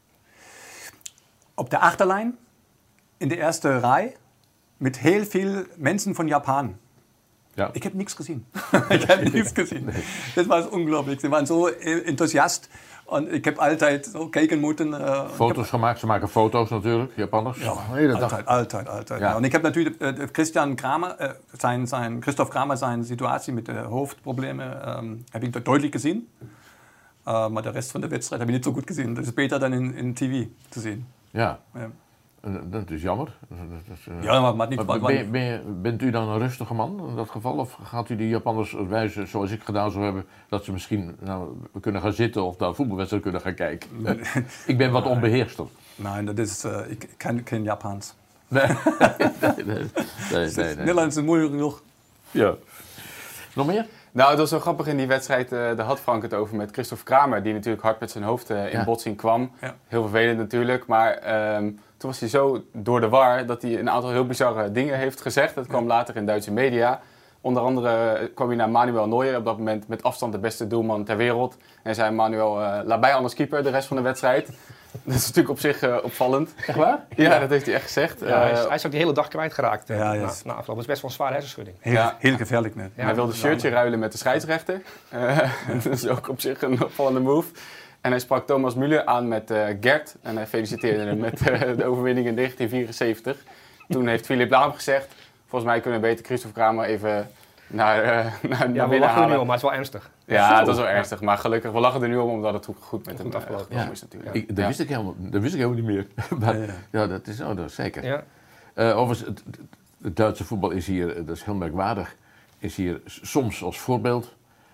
op de achterlijn in de eerste rij met heel veel mensen van Japan. Ja. Ik heb niks gezien. ik heb niks gezien. Nee. Dat was ongelooflijk. Ze waren zo enthousiast. En ik heb altijd zo kijken moeten. Uh, foto's heb... gemaakt, ze maken foto's natuurlijk, Japanners. Ja, altijd, altijd, altijd. Ja. En ik heb natuurlijk uh, Christian Kramer, uh, zijn, zijn, Christoph Kramer, zijn situatie met de hoofdproblemen, um, heb ik duidelijk gezien. Uh, maar de rest van de wedstrijd heb ik niet zo goed gezien. Dat is beter dan in, in T V te zien. Ja. ja. Dat is jammer. Dat is, uh... Ja, maar, maar niet... Maar ben, je, ben je, bent u dan een rustige man in dat geval? Of gaat u die Japanners wijzen, zoals ik gedaan zou hebben, dat ze misschien nou, kunnen gaan zitten of naar een voetbalwedstrijd kunnen gaan kijken? Ik ben wat onbeheerster. Nee, dat is... Uh, ik ken geen Japans. Nee, nee, nee. nee, nee, nee. Nederlands is moeilijk genoeg. Ja. Nog meer? Nou, het was zo grappig in die wedstrijd, uh, daar had Frank het over met Christoph Kramer, die natuurlijk hard met zijn hoofd uh, in ja. botsing kwam. Ja. Heel vervelend natuurlijk, maar um, toen was hij zo door de war dat hij een aantal heel bizarre dingen heeft gezegd. Dat kwam ja. later in Duitse media. Onder andere kwam hij naar Manuel Neuer, op dat moment met afstand de beste doelman ter wereld. En zei Manuel, uh, laat bij anders keeper de rest van de wedstrijd. Dat is natuurlijk op zich uh, opvallend. Echt waar? Ja, ja, dat heeft hij echt gezegd. Ja, uh, hij, is, hij is ook de hele dag kwijtgeraakt uh, ja, na, yes. na afloop. Dat is best wel een zware hersenschudding. Heel, ja. heel gevaarlijk net. Ja, hij wilde een shirtje ruilen met de scheidsrechter. Uh, dat is ook op zich een opvallende move. En hij sprak Thomas Müller aan met uh, Gert. En hij feliciteerde hem met uh, de overwinning in negentien vierenzeventig. Toen heeft Philipp Lahm gezegd, volgens mij kunnen we beter Christoph Kramer even naar, uh, naar, ja, naar we lachen halen. er nu om, maar het is wel ernstig. Ja, het was wel ernstig. Maar gelukkig, we lachen er nu om, omdat het goed met hem afgelopen ja. is natuurlijk. Ik, dat, ja. wist ik helemaal, dat wist ik helemaal niet meer. maar, ja, ja. ja, dat is, oh, dat is zeker. Ja. Uh, overigens, het, het Duitse voetbal is hier, dat is heel merkwaardig, is hier soms als voorbeeld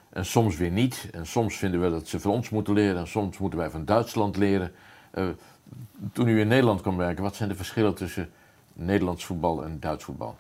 en soms weer niet. En soms vinden we dat ze van ons moeten leren en soms moeten wij van Duitsland leren. Uh, toen u in Nederland kwam werken, wat zijn de verschillen tussen Nederlands voetbal en Duits voetbal?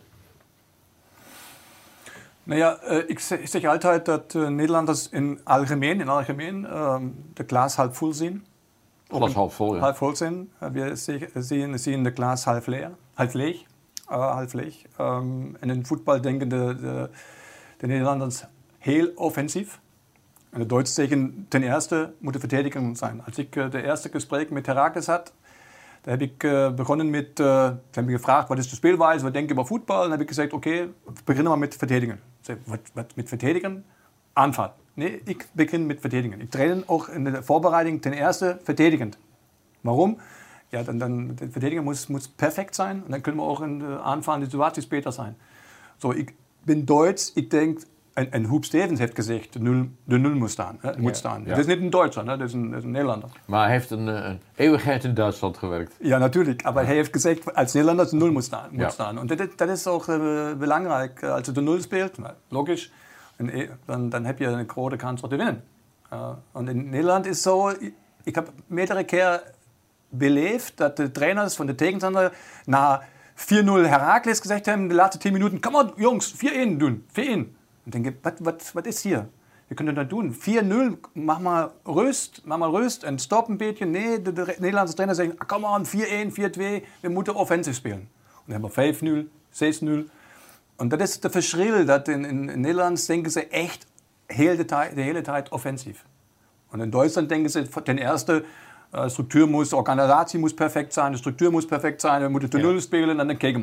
Nou ja, uh, ik zeg, zeg altijd dat uh, Nederlanders in algemeen, in algemeen uh, de glas half vol zien. Glas half vol, ja. Half vol zijn. Uh, we zien, zien de glas half leeg. Half leeg. Uh, half leeg. Um, en in voetbal denken de, de, de Nederlanders heel offensief. En de Duitsers zeggen ten eerste moeten verdedigen zijn. Als ik uh, de eerste gesprek met Herakles had, daar heb ik uh, begonnen met, uh, ze hebben me gevraagd wat is de speelwijze, wat denk je over voetbal? En dan heb ik gezegd, oké, okay, we beginnen maar met verdedigen. Ik zei, wat, wat met verdedigen? Aanval. Nee, ik begin met verdedigen. Ik train ook in de voorbereiding ten eerste verdedigend. Waarom? Ja, dan, dan de verdediging moet, moet perfect zijn en dan kunnen we ook in de aanvallende situaties beter zijn. Zo, ik ben Duits, ik denk, en, en Huub Stevens heeft gezegd, de nul, de nul moet staan. Hè, moet ja, staan. Ja. Dat is niet een Duitser, hè, dat, is een, dat is een Nederlander. Maar hij heeft een, een eeuwigheid in Duitsland gewerkt. Ja, natuurlijk. Maar ja. Hij heeft gezegd, als Nederlander de nul moet staan. Moet ja. staan. En dat, dat is ook uh, belangrijk. Als je de nul speelt, nou, logisch, en, dan, dan heb je een grote kans om te winnen. Uh, en in Nederland is zo, ik heb meerdere keren beleefd dat de trainers van de tegenstander na vier nul Herakles gezegd hebben, de laatste tien minuten, kom maar jongens, vier één doen, vier één. En denk ik, wat is hier? We kunnen dat doen. vier nul, mach maar rust, mach maar rust en stop een beetje. Nee, de, de Nederlandse trainer zeggen, kom maar, vier één, vier twee, we moeten offensief spelen. En dan hebben we vijf nul, zes nul. En dat is de verschil, dat in, in, in Nederland denken ze echt heel de, tijd, de hele tijd offensief. En in Duitsland denken ze ten eerste, uh, structuur moet, de organisatie moet perfect zijn, de structuur moet perfect zijn, we moeten te nul spelen en dan kijken we.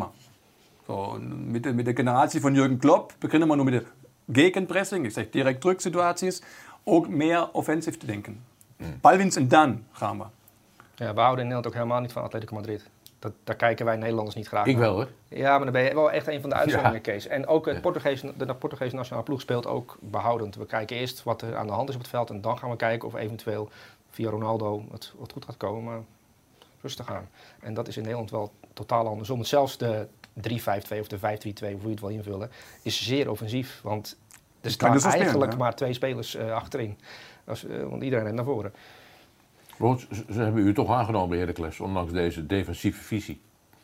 So, met, de, met de generatie van Jürgen Klopp beginnen we nu met de gegenpressing, ik zeg direct druksituaties, ook meer offensief te denken. Mm. Balwinst en dan gaan we. Ja, we houden in Nederland ook helemaal niet van Atletico Madrid. Dat, daar kijken wij Nederlanders niet graag ik naar. wel hoor. Ja, maar dan ben je wel echt een van de uitzonderingen, ja. Kees. En ook het Portugese, de Portugese nationale ploeg speelt ook behoudend. We kijken eerst wat er aan de hand is op het veld en dan gaan we kijken of eventueel via Ronaldo het wat goed gaat komen. Maar rustig aan. En dat is in Nederland wel totaal andersom. Zelfs de drie vijf twee of de vijf drie twee, hoe je het wil invullen, is zeer offensief. Want er staan dus eigenlijk spelen, maar twee spelers uh, achterin. Dus, uh, want iedereen rent naar voren. Ze, ze hebben u toch aangenomen bij Heracles, ondanks deze defensieve visie.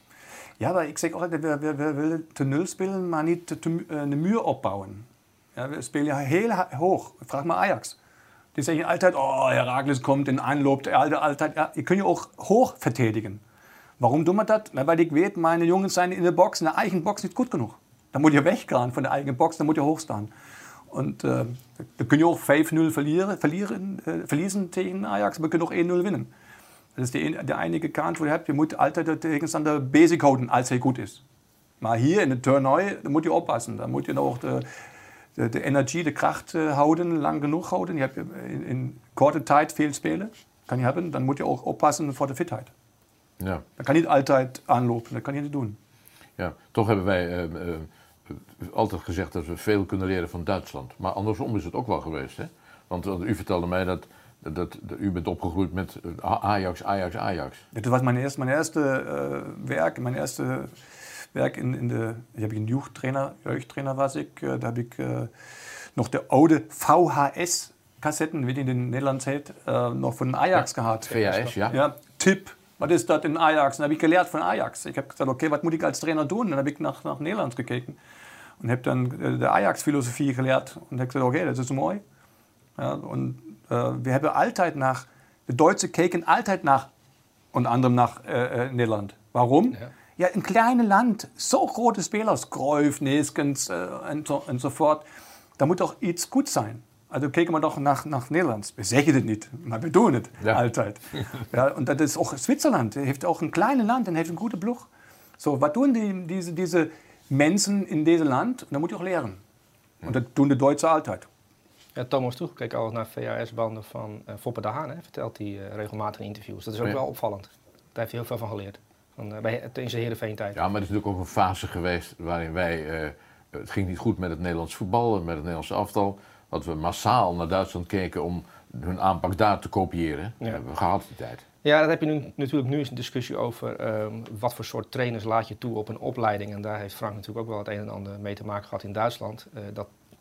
Ja, maar ik zeg altijd, we, we, we willen te nul spelen, maar niet te, te, uh, een muur opbouwen. Ja, we spelen heel hoog. Vraag maar Ajax. Die zeggen altijd, oh, Herakles komt in aanloop, altijd. Ja, je kunt je ook hoog verdedigen. Waarom doen we dat? Nou, weil ik weet, meine jongens zijn in de box, in de eigen box niet goed genoeg. Dan moet je weggaan van de eigen box, dan moet je hoog staan. En uh, dan kun je ook vijf nul verlieren, verlieren, uh, verliezen tegen Ajax, maar je kunt ook één nul winnen. Dat is de, de enige kans, die je hebt. Je moet altijd de tegenstander basic houden, als hij goed is. Maar hier in het toernooi, dan moet je oppassen. Dan moet je ook de, de, de energie, de kracht uh, houden, lang genoeg houden. Je hebt in, in korte tijd veel spelen, kan je hebben. Dan moet je ook oppassen voor de fitheid. Ja. Dat kan niet altijd aanlopen, dat kan je niet doen. Ja, toch hebben wij uh, uh, altijd gezegd dat we veel kunnen leren van Duitsland. Maar andersom is het ook wel geweest. Hè? Want uh, u vertelde mij dat, dat, dat, dat u bent opgegroeid met Ajax, Ajax, Ajax. Dat was mijn eerste, mijn eerste uh, werk. Mijn eerste werk in, in de... Ik heb een jeugdtrainer, jeugdtrainer was ik. Uh, daar heb ik uh, nog de oude V H S-kassetten, wie die in Nederland heet, uh, nog van Ajax ja, gehad. V H S, ja. Ja, Tip. Wat is dat in Ajax? Dan heb ik geleerd van Ajax. Ik heb gezegd, oké, okay, wat moet ik als trainer doen? Dan heb ik naar, naar Nederland gekeken. En heb dan de Ajax-filosofie geleerd. En heb gezegd, oké, okay, dat is mooi. Ja, en uh, we hebben altijd naar, de Duitsers keken altijd naar, onder anderem naar uh, uh, Nederland. Waarom? Ja. Ja, een kleine land, zo grote spelers, Cruyff, Neeskens uh, en, zo, enzovoort. Daar moet toch iets goed zijn. Also kijken we toch naar, naar Nederland. We zeggen het niet, maar we doen het ja. altijd. Ja, und dat is ook Zwitserland. Heeft ook een kleine land en heeft een goede ploeg. So, wat doen die, deze, deze mensen in deze land? Dat moet je ook leren. En dat doen de Duitsers altijd. Ja, Thomas Tuchel keek altijd naar V H S-banden van uh, Foppe de Haan, hè, vertelt hij uh, regelmatig in interviews. Dat is ook ja. wel opvallend. Daar heeft hij heel veel van geleerd. Van, uh, bij, in zijn Heerenveen-tijd. Ja, maar het is natuurlijk ook een fase geweest waarin wij... Uh, het ging niet goed met het Nederlands voetbal, met het Nederlandse elftal. Dat we massaal naar Duitsland keken om hun aanpak daar te kopiëren. Ja. Dat hebben we gehad die tijd. Ja, dat heb je nu natuurlijk nu is een discussie over um, wat voor soort trainers laat je toe op een opleiding. En daar heeft Frank natuurlijk ook wel het een en ander mee te maken gehad in Duitsland. Uh, dat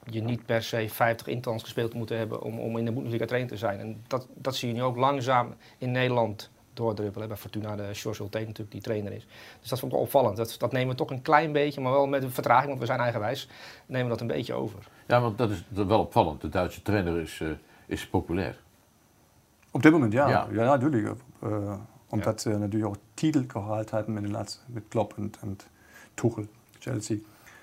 je niet per se vijftig interlands gespeeld moet hebben om, om in de Bundesliga trainer te zijn. En dat, dat zie je nu ook langzaam in Nederland doordruppelen. Bij Fortuna de George Hulté natuurlijk die trainer is. Dus dat vond ik wel opvallend. Dat, dat nemen we toch een klein beetje, maar wel met een vertraging, want we zijn eigenwijs, nemen we dat een beetje over. Ja, want dat is wel opvallend. De Duitse trainer is, uh, is populair. Op dit moment, ja. Ja, ja, ja natuurlijk. Uh, omdat ze natuurlijk ook Titel gehaald hebben met, de laatste, met Klopp en, en Tuchel, Chelsea.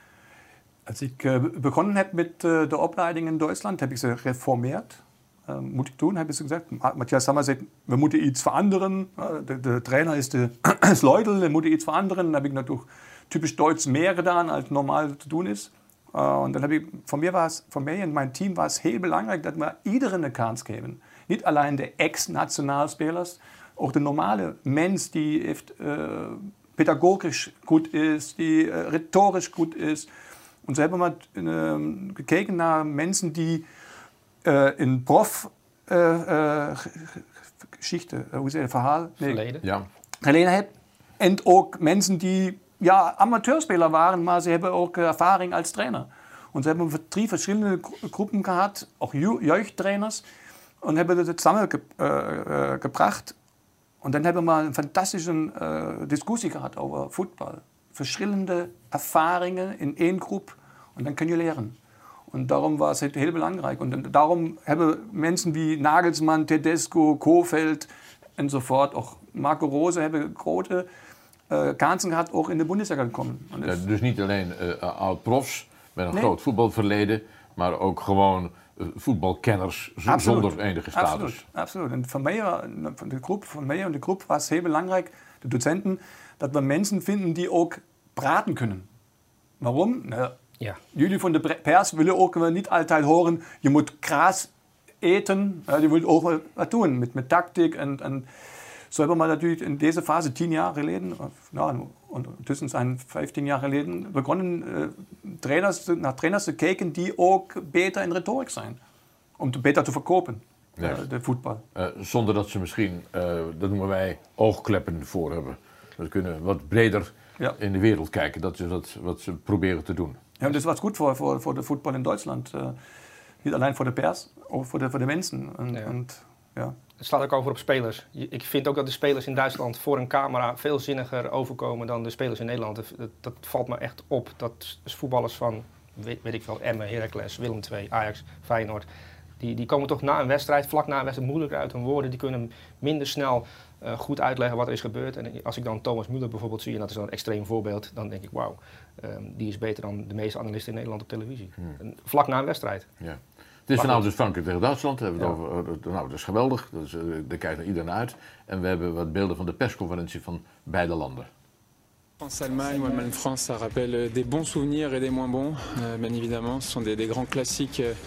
Als ik uh, begonnen heb met uh, de opleiding in Duitsland, heb ik ze reformeerd. Uh, moet ik doen, hebben ze gezegd. Matthias Sammer zegt, we moeten iets veranderen. Uh, de, de trainer is de Leudel, we moeten iets veranderen. Dan heb ik natuurlijk typisch Duits meer gedaan, als normaal te doen is. Uh, en dan heb ik, voor mij, was, voor mij en mijn team was het heel belangrijk dat we iedereen een kans geven. Niet alleen de ex-nationaalspelers, ook de normale mens die heeft, uh, pedagogisch goed is, die uh, retorisch goed is. En zo hebben we uh, gekeken naar mensen die uh, in prof uh, uh, geschichte, uh, hoe zeg je, verhaal? Nee, Verleden. Ja. geleden hebben. En ook mensen die ja, Amateurspeler waren, maar ze hebben ook ervaring als trainer. En ze hebben drie verschillende groepen gehad, ook jeugdtrainers. En hebben dat samengebracht. En dan hebben we een fantastische uh, discussie gehad over voetbal. Verschillende ervaringen in één groep. En dan kun je leren. En daarom was het heel belangrijk. En daarom hebben mensen wie Nagelsmann, Tedesco, Kohfeldt enzovoort, ook Marco Rose, hebben grote uh, kansen gehad ook in de Bundesliga gekomen. Ja, dus niet alleen uh, oud-profs met een nee. groot voetbalverleden, maar ook gewoon uh, voetbalkenners z- zonder enige status. Absoluut, absoluut. En voor mij, van de groep, voor mij en de groep was het heel belangrijk, de docenten, dat we mensen vinden die ook praten kunnen. Waarom? Nou, Ja. jullie van de pers willen ook niet altijd horen, je moet kraas eten, je moet ook wat doen met, met tactiek. En, en zo hebben we natuurlijk in deze fase tien jaar geleden, nou, ondertussen zijn vijftien jaar geleden, begonnen uh, trainers, naar trainers te kijken die ook beter in retoriek zijn. Om te, beter te verkopen, Ja. uh, de voetbal. Uh, zonder dat ze misschien, uh, dat noemen wij, oogkleppen voor hebben. Ze kunnen wat breder Ja. in de wereld kijken. Dat is wat, wat ze proberen te doen. Ja, en dat was goed voor, voor, voor de voetbal in Duitsland. Uh, niet alleen voor de pers, ook voor de, voor de mensen. En, Ja. en, ja. Het slaat ook over op spelers. Ik vind ook dat de spelers in Duitsland voor een camera veel zinniger overkomen dan de spelers in Nederland. Dat, dat valt me echt op. Dat voetballers van, weet, weet ik veel, Emmen, Heracles, Willem twee, Ajax, Feyenoord, die, die komen toch na een wedstrijd, vlak na een wedstrijd, moeilijker uit hun woorden. Die kunnen minder snel uh, goed uitleggen wat er is gebeurd. En als ik dan Thomas Müller bijvoorbeeld zie, en dat is dan een extreem voorbeeld, dan denk ik, wauw, um, die is beter dan de meeste analisten in Nederland op televisie. Hmm. Vlak na een wedstrijd. Ja. Het is vanavond dus Frankrijk tegen Duitsland. Hebben we Ja. het over, nou, dat is geweldig. Dat is, uh, daar kijkt naar iedereen uit. En we hebben wat beelden van de persconferentie van beide landen. France-Allemagne ou Allemagne-France, ça rappelle des bons souvenirs et des moins bons, euh, bien évidemment. Ce sont des, des grands classiques euh,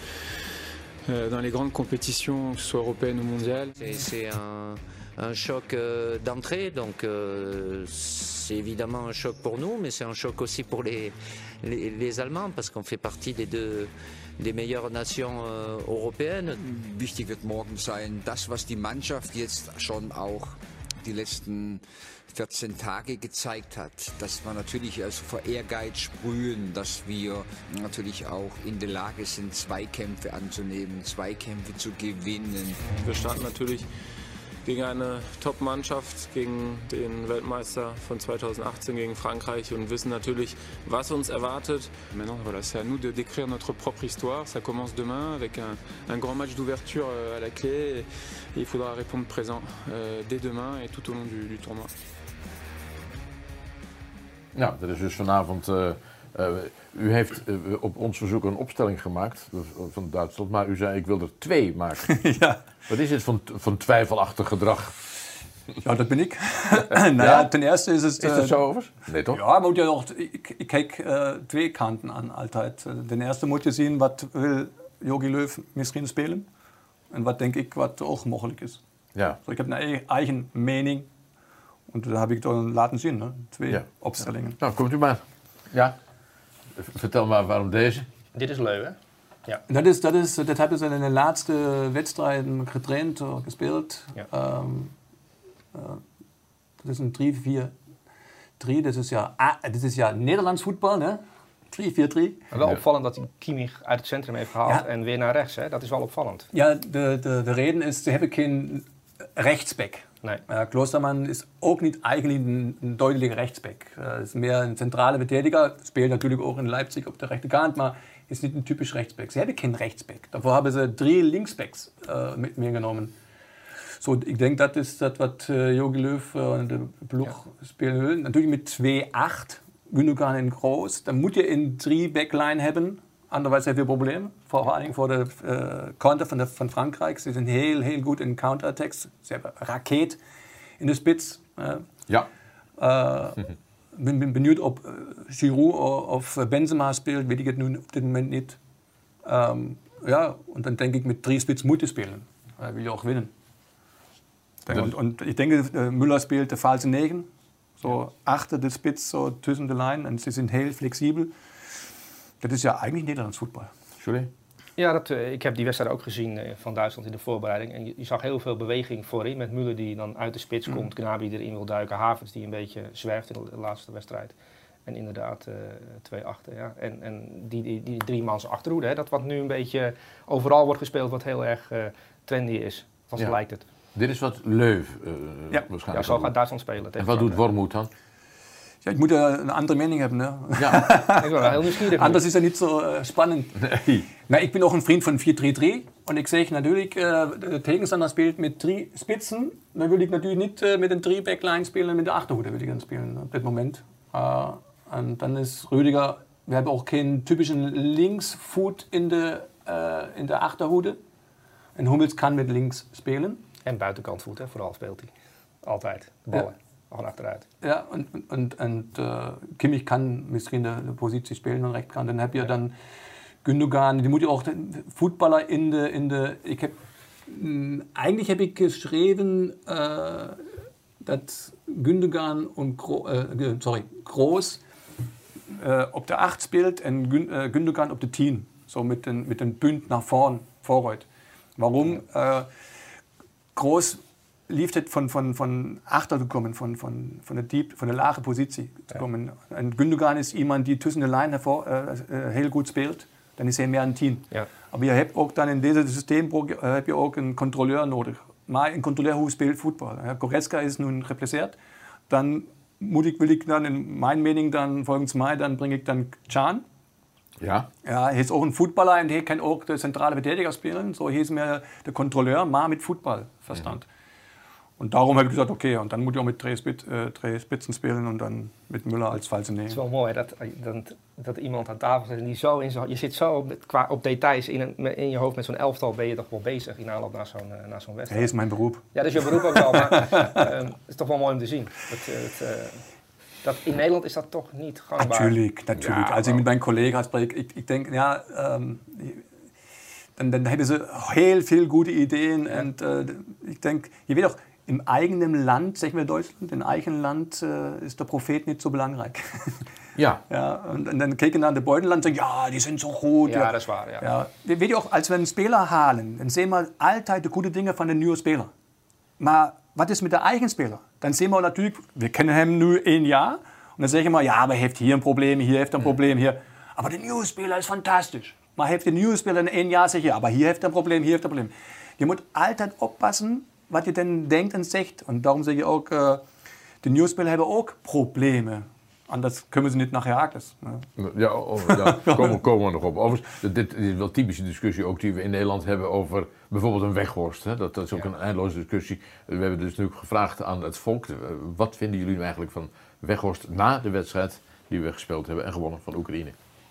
euh, dans les grandes compétitions, que ce soit européennes ou mondiales. C'est un, un choc euh, d'entrée, donc euh, c'est évidemment un choc pour nous, mais c'est un choc aussi pour les, les, les Allemands, parce qu'on fait partie des deux des meilleures nations euh, européennes. Wichtig wird morgen sein, das was die Mannschaft jetzt schon auch die letzten vierzehn Tage gezeigt hat, dass wir natürlich also vor Ehrgeiz sprühen, dass wir natürlich auch in der Lage sind, Zweikämpfe anzunehmen, Zweikämpfe zu gewinnen. Wir starten natürlich gegen eine Top-Mannschaft, gegen den Weltmeister von zweitausendachtzehn, gegen Frankreich, und wissen natürlich, was uns erwartet. Maintenant, voilà, c'est à nous de décrire notre propre histoire. Ça commence demain avec un, un grand match d'ouverture à la clé. Et il faudra répondre présent euh, dès demain et tout au long du, du tournoi. Nou, dat is dus vanavond. Uh, uh, u heeft uh, op ons verzoek een opstelling gemaakt van Duitsland, maar u zei ik wil er twee maken. Ja. Wat is dit van, van twijfelachtig gedrag? Ja, dat ben ik. nou ja, ja, ten eerste is het... Is dat uh, zo over? Nee, toch? Ja, moet je ook, ik, ik kijk uh, twee kanten aan altijd. Ten eerste moet je zien wat wil Jogi Löw misschien spelen. En wat denk ik wat ook mogelijk is. Ja. So, ik heb een eigen mening. En dat heb ik dan laten zien, hè? Twee ja. opstellingen. Ja. Nou, komt u maar. Ja. Vertel maar waarom deze. Dit is Löw, hè? Ja. Dat, is, dat, is, dat hebben ze in de laatste wedstrijden getraind, gespeeld. Ja. Um, uh, dat is een drie vier drie. Dat is ja, ah, dat is ja Nederlands voetbal, hè? drie vier drie. Wel ja. opvallend dat hij Kimmich uit het centrum heeft gehaald ja. en weer naar rechts. Hè? Dat is wel opvallend. Ja, de, de, de reden is, ze hebben geen rechtsback. Nee. Uh, Klostermann is ook niet eigenlijk een, een duidelijke rechtsback. Uh, is meer een centrale verdediger. Speelt natuurlijk ook in Leipzig op de rechterkant, maar is niet een typisch rechtsback. Ze hebben geen rechtsback. Daarvoor hebben ze drie linksbacks uh, met meegenomen. So, ik denk dat is dat wat uh, Jogi Löw uh, de ploeg ja. spelen wil. Natuurlijk met twee acht, Gundogan en Kroos. Dan moet je een drie backline hebben. Anderwijs heb je problemen. Vooral voor de uh, counter van, de, van Frankrijk. Ze zijn heel, heel goed in counterattacks. Ze hebben raket in de spits. Uh, ja. Ik uh, ben, ben benieuwd of uh, Giroud of Benzema speelt. Weet ik het nu op dit moment niet. Um, ja, en dan denk ik met drie spits moeten spelen. Uh, wil je ook winnen. Und, und ich denke, Müller spielt de falsche negen. So achter de spits, so tussen de lijn. En ze zijn heel flexibel. Dat is ja eigenlijk Nederlands voetbal. Sorry? Ja, dat, uh, ik heb die wedstrijd ook gezien uh, van Duitsland in de voorbereiding. En je, je zag heel veel beweging voorin. Met Müller die dan uit de spits mm. komt. Gnabry die erin wil duiken. Havertz die een beetje zwerft in de laatste wedstrijd. En inderdaad uh, twee achter. Ja. En, en die, die, die driemans achterhoede. Hè, dat wat nu een beetje overal wordt gespeeld. Wat heel erg uh, trendy is. Vast ja. lijkt het. Dit is wat Löw uh, ja. waarschijnlijk. Ja, zo gaat Duitsland spelen. En wat doet Wormoed dan? Ja, ik moet uh, een andere mening hebben. Ne? Ja. Ik ben wel heel nieuwsgierig. Anders is het niet zo uh, spannend. Nee. Maar ik ben ook een vriend van vier drie drie. En ik zeg natuurlijk, uh, de tegenstander speelt met drie spitsen. Dan wil ik natuurlijk niet uh, met een drie backline spelen, met de achterhoede wil ik dan spelen op dit moment. Uh, en dan is Rüdiger, we hebben ook geen typische linksvoet in de, uh, in de achterhoede. En Hummels kan met links spelen. En buitenkantvoet, hè, vooral speelt hij. Altijd, de ballen. Ja. Gewoon achteruit. Ja, en, en, en uh, Kimmich kan misschien de, de positie spelen aan de rechterkant. Dan heb je ja. dan Gundogan, die moet je ook voetballer in de, in de... Ik heb, mh, eigenlijk heb ik geschreven uh, dat Gundogan en Kro, uh, sorry, Kroos uh, op de acht speelt en Gun, uh, Gundogan op de tien. Zo met een, met een punt naar voren, vooruit. Waarom? Uh, Kroos lief het van, van, van achter te komen, van, van, van, de diep, van de lage positie te komen. Ja. En Gundogan is iemand die tussen de lijnen uh, uh, heel goed speelt. Dan is hij meer een tien. Ja. Maar je hebt ook dan in deze systeem uh, heb je ook een controleur nodig. Maar een controleur hoe speelt voetbal. Uh, Goretzka is nu geplaceerd. Dan moet ik, wil ik dan in mijn mening dan volgens mij dan breng ik dan Can. Ja. Ja, hij is ook een voetballer en hij kan ook de centrale verdediger spelen. So, hij is meer de controleur, maar met voetbalverstand. Ja. Und darum habe ich gesagt, okay, und dann muss ich auch mit drei, Spit, äh, drei Spitzen spielen und dann mit Müller als falsche negen. Het is wel mooi dat, dat, dat iemand aan tafel zit en die zo in zo, je zit zo op, qua, op details in, een, in je hoofd met zo'n elftal, ben je toch wel bezig in aanloop naar zo'n, uh, naar zo'n wedstrijd. Hij is mijn beroep. Ja, dat is je beroep ook wel, maar uh, het is toch wel mooi om te zien. Dat, uh, uh, dat in Nederland is dat toch niet gangbaar. Natuurlijk, natuurlijk. Ja, als ik met mijn collega's spreek, ik, ik denk, ja, um, dan, dan hebben ze heel veel goede ideeën. Ja. En uh, ik denk, je weet toch, im eigenen Land, zeggen wir Deutschland, im eigenen Land äh, ist der Prophet nicht so belangrijk. Ja. Ja und, und dann kijken naar de buitenland en zeggen, ja, die zijn zo goed. Ja, ja, dat is waar. Ja. Ja. Weet je ook, als we een speler halen, dan zien we altijd de goede dingen van de nieuwe speler. Maar wat is met de eigen speler? Dan zien we natuurlijk, we kennen hem nu één jaar. En dan zeggen we, ja, maar hij heeft hier een probleem, hier heeft een probleem, hier. Maar de nieuwe speler is fantastisch. Maar heeft de nieuwe speler in één jaar zeg je, ja, maar hier heeft een probleem, hier heeft een probleem. Je moet altijd oppassen wat je dan denkt en zegt. En daarom zeg je ook, uh, de nieuwspelers hebben ook problemen. Anders kunnen ze niet naar Heracles. Ne? Ja, over, ja komen, komen we nog op. Overigens, dit, dit is wel typische discussie ook die we in Nederland hebben over bijvoorbeeld een Weghorst. Hè? Dat, dat is ook ja. een eindeloze discussie. We hebben dus nu gevraagd aan het volk, wat vinden jullie nu eigenlijk van Weghorst na de wedstrijd die we gespeeld hebben en gewonnen van Oekraïne?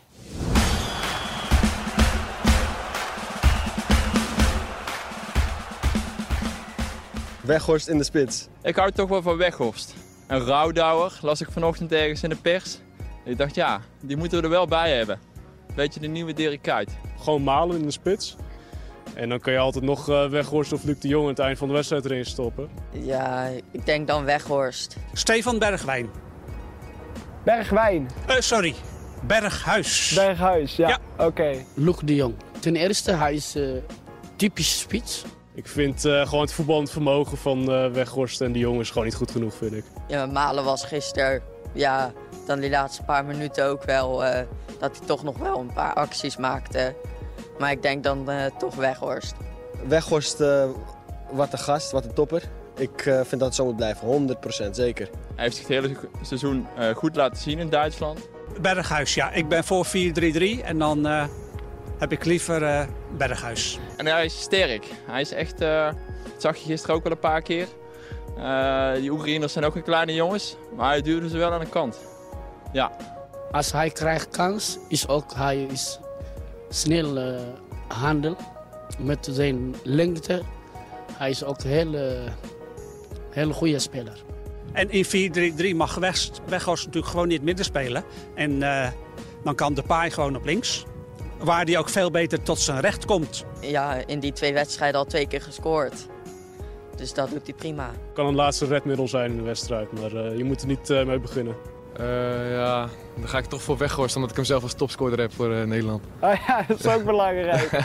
Weghorst in de spits. Ik hou toch wel van Weghorst. Een rouwdouwer, las ik vanochtend ergens in de pers. Ik dacht, ja, die moeten we er wel bij hebben. Beetje de nieuwe Dirk Kuyt. Gewoon Malen in de spits. En dan kun je altijd nog uh, Weghorst of Luc de Jong aan het eind van de wedstrijd erin stoppen. Ja, ik denk dan Weghorst. Stefan Bergwijn. Bergwijn. Uh, sorry, Berghuis. Berghuis, ja. ja. Oké. Okay. Luc de Jong. Ten eerste, hij is uh, typisch spits. Ik vind uh, gewoon het voetballend vermogen van uh, Weghorst en de Jong is gewoon niet goed genoeg, vind ik. Ja, Malen was gisteren, ja, dan die laatste paar minuten ook wel, uh, dat hij toch nog wel een paar acties maakte. Maar ik denk dan uh, toch Weghorst. Weghorst, uh, wat een gast, wat een topper. Ik uh, vind dat het zo moet blijven, honderd procent zeker. Hij heeft zich het hele seizoen uh, goed laten zien in Duitsland. Berghuis, ja. Ik ben voor vier drie drie en dan uh, heb ik liever uh, Berghuis. En hij is sterk. Hij is echt, uh, dat zag je gisteren ook wel een paar keer. Uh, die Oekraïners zijn ook een kleine jongens, maar hij duwde ze wel aan de kant. Ja. Als hij krijgt kans, is ook hij is snel uh, handel met zijn lengte. Hij is ook een hele, hele goede speler. En in vier drie drie mag Weghorst natuurlijk gewoon niet midden spelen. En uh, dan kan Depay gewoon op links. Waar hij ook veel beter tot zijn recht komt. Ja, in die twee wedstrijden al twee keer gescoord. Dus dat doet hij prima. Het kan een laatste redmiddel zijn in de wedstrijd, maar uh, je moet er niet uh, mee beginnen. Uh, ja, dan ga ik toch voor Weghorst, omdat ik hem zelf als topscorer heb voor uh, Nederland. Oh ja, dat is ook belangrijk.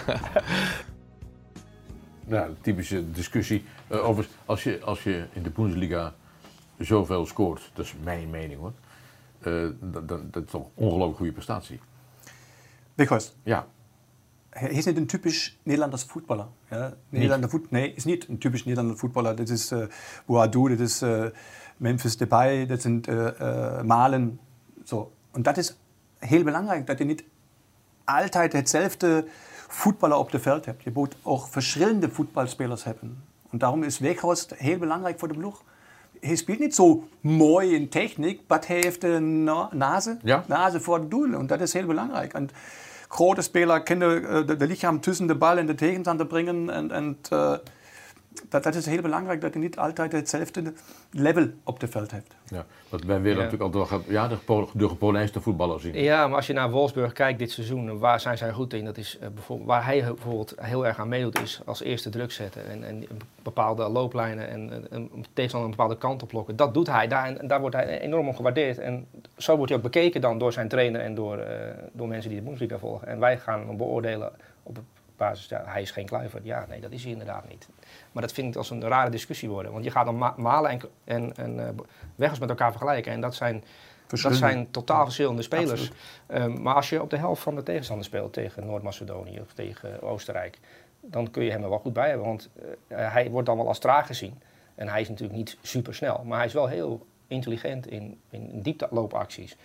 Nou, typische discussie. Uh, over als je, als je in de Bundesliga zoveel scoort, dat is mijn mening hoor, uh, dat, dat, dat is toch een ongelooflijk goede prestatie. Weghorst? Ja. Hij is niet een typisch Nederlanders voetballer. Ja? Nederlander voet, nee, is niet een typisch Nederlander voetballer. Dit is uh, Boadu, dit is uh, Memphis Depay, dat zijn uh, uh, Malen. Zo. En dat is heel belangrijk, dat je niet altijd hetzelfde voetballer op het veld hebt. Je moet ook verschillende voetbalspelers hebben. En daarom is Weghorst heel belangrijk voor de ploeg. Hij speelt niet zo mooi in techniek, maar hij heeft een na nase, ja. nase voor het doel. En dat is heel belangrijk. En grote spelers kunnen uh, de, de lichaam tussen de bal en de tegenstander brengen. En, en uh, dat, dat is heel belangrijk, dat je niet altijd hetzelfde level op het veld hebt. Ja, wat wij willen Ja. natuurlijk altijd ja, de, gepo de gepolijste voetballer zien. Ja, maar als je naar Wolfsburg kijkt dit seizoen, waar zijn zij goed in? Dat is uh, bijvoorbeeld, waar hij bijvoorbeeld heel erg aan meedoet, is als eerste druk zetten. En, en bepaalde looplijnen en een tegenstander een bepaalde kant op lokken. Dat doet hij, daar, en daar wordt hij enorm om gewaardeerd. En zo wordt hij ook bekeken dan door zijn trainer en door, uh, door mensen die de Bundesliga volgen. En wij gaan hem beoordelen op basis, ja, hij is geen Kluivert. Ja, nee, dat is hij inderdaad niet. Maar dat vind ik als een rare discussie worden. Want je gaat dan ma Malen en, en, en uh, Weghorst met elkaar vergelijken. En dat zijn, dat zijn totaal verschillende spelers. Um, maar als je op de helft van de tegenstander speelt tegen Noord-Macedonië of tegen Oostenrijk, dan kun je hem er wel goed bij hebben. Want uh, hij wordt dan wel als traag gezien. En hij is natuurlijk niet super snel. Maar hij is wel heel intelligent in, in, in diepteloopacties.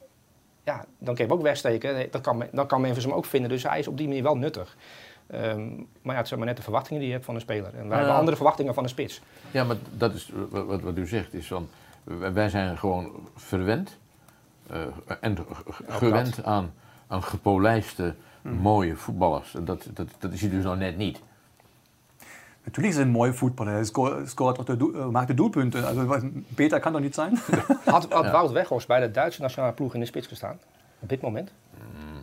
Ja, dan kun je hem ook wegsteken. Dat kan, dan kan Memphis hem ook vinden. Dus hij is op die manier wel nuttig. Um, maar ja, het zijn maar net de verwachtingen die je hebt van een speler. En wij uh, hebben andere verwachtingen van een spits. Ja, maar dat is wat, wat u zegt. Is van, wij zijn gewoon verwend uh, en gewend aan, aan gepolijste, hmm. mooie voetballers. Dat, dat, dat is hij dus nou net niet. Natuurlijk is hij een mooie voetballer. Hij scoort, scoort de doel, uh, maakt de doelpunten. Also, beter kan dat niet zijn. Had, had ja. Wout Weghorst bij de Duitse nationale ploeg in de spits gestaan? Op dit moment? Hmm.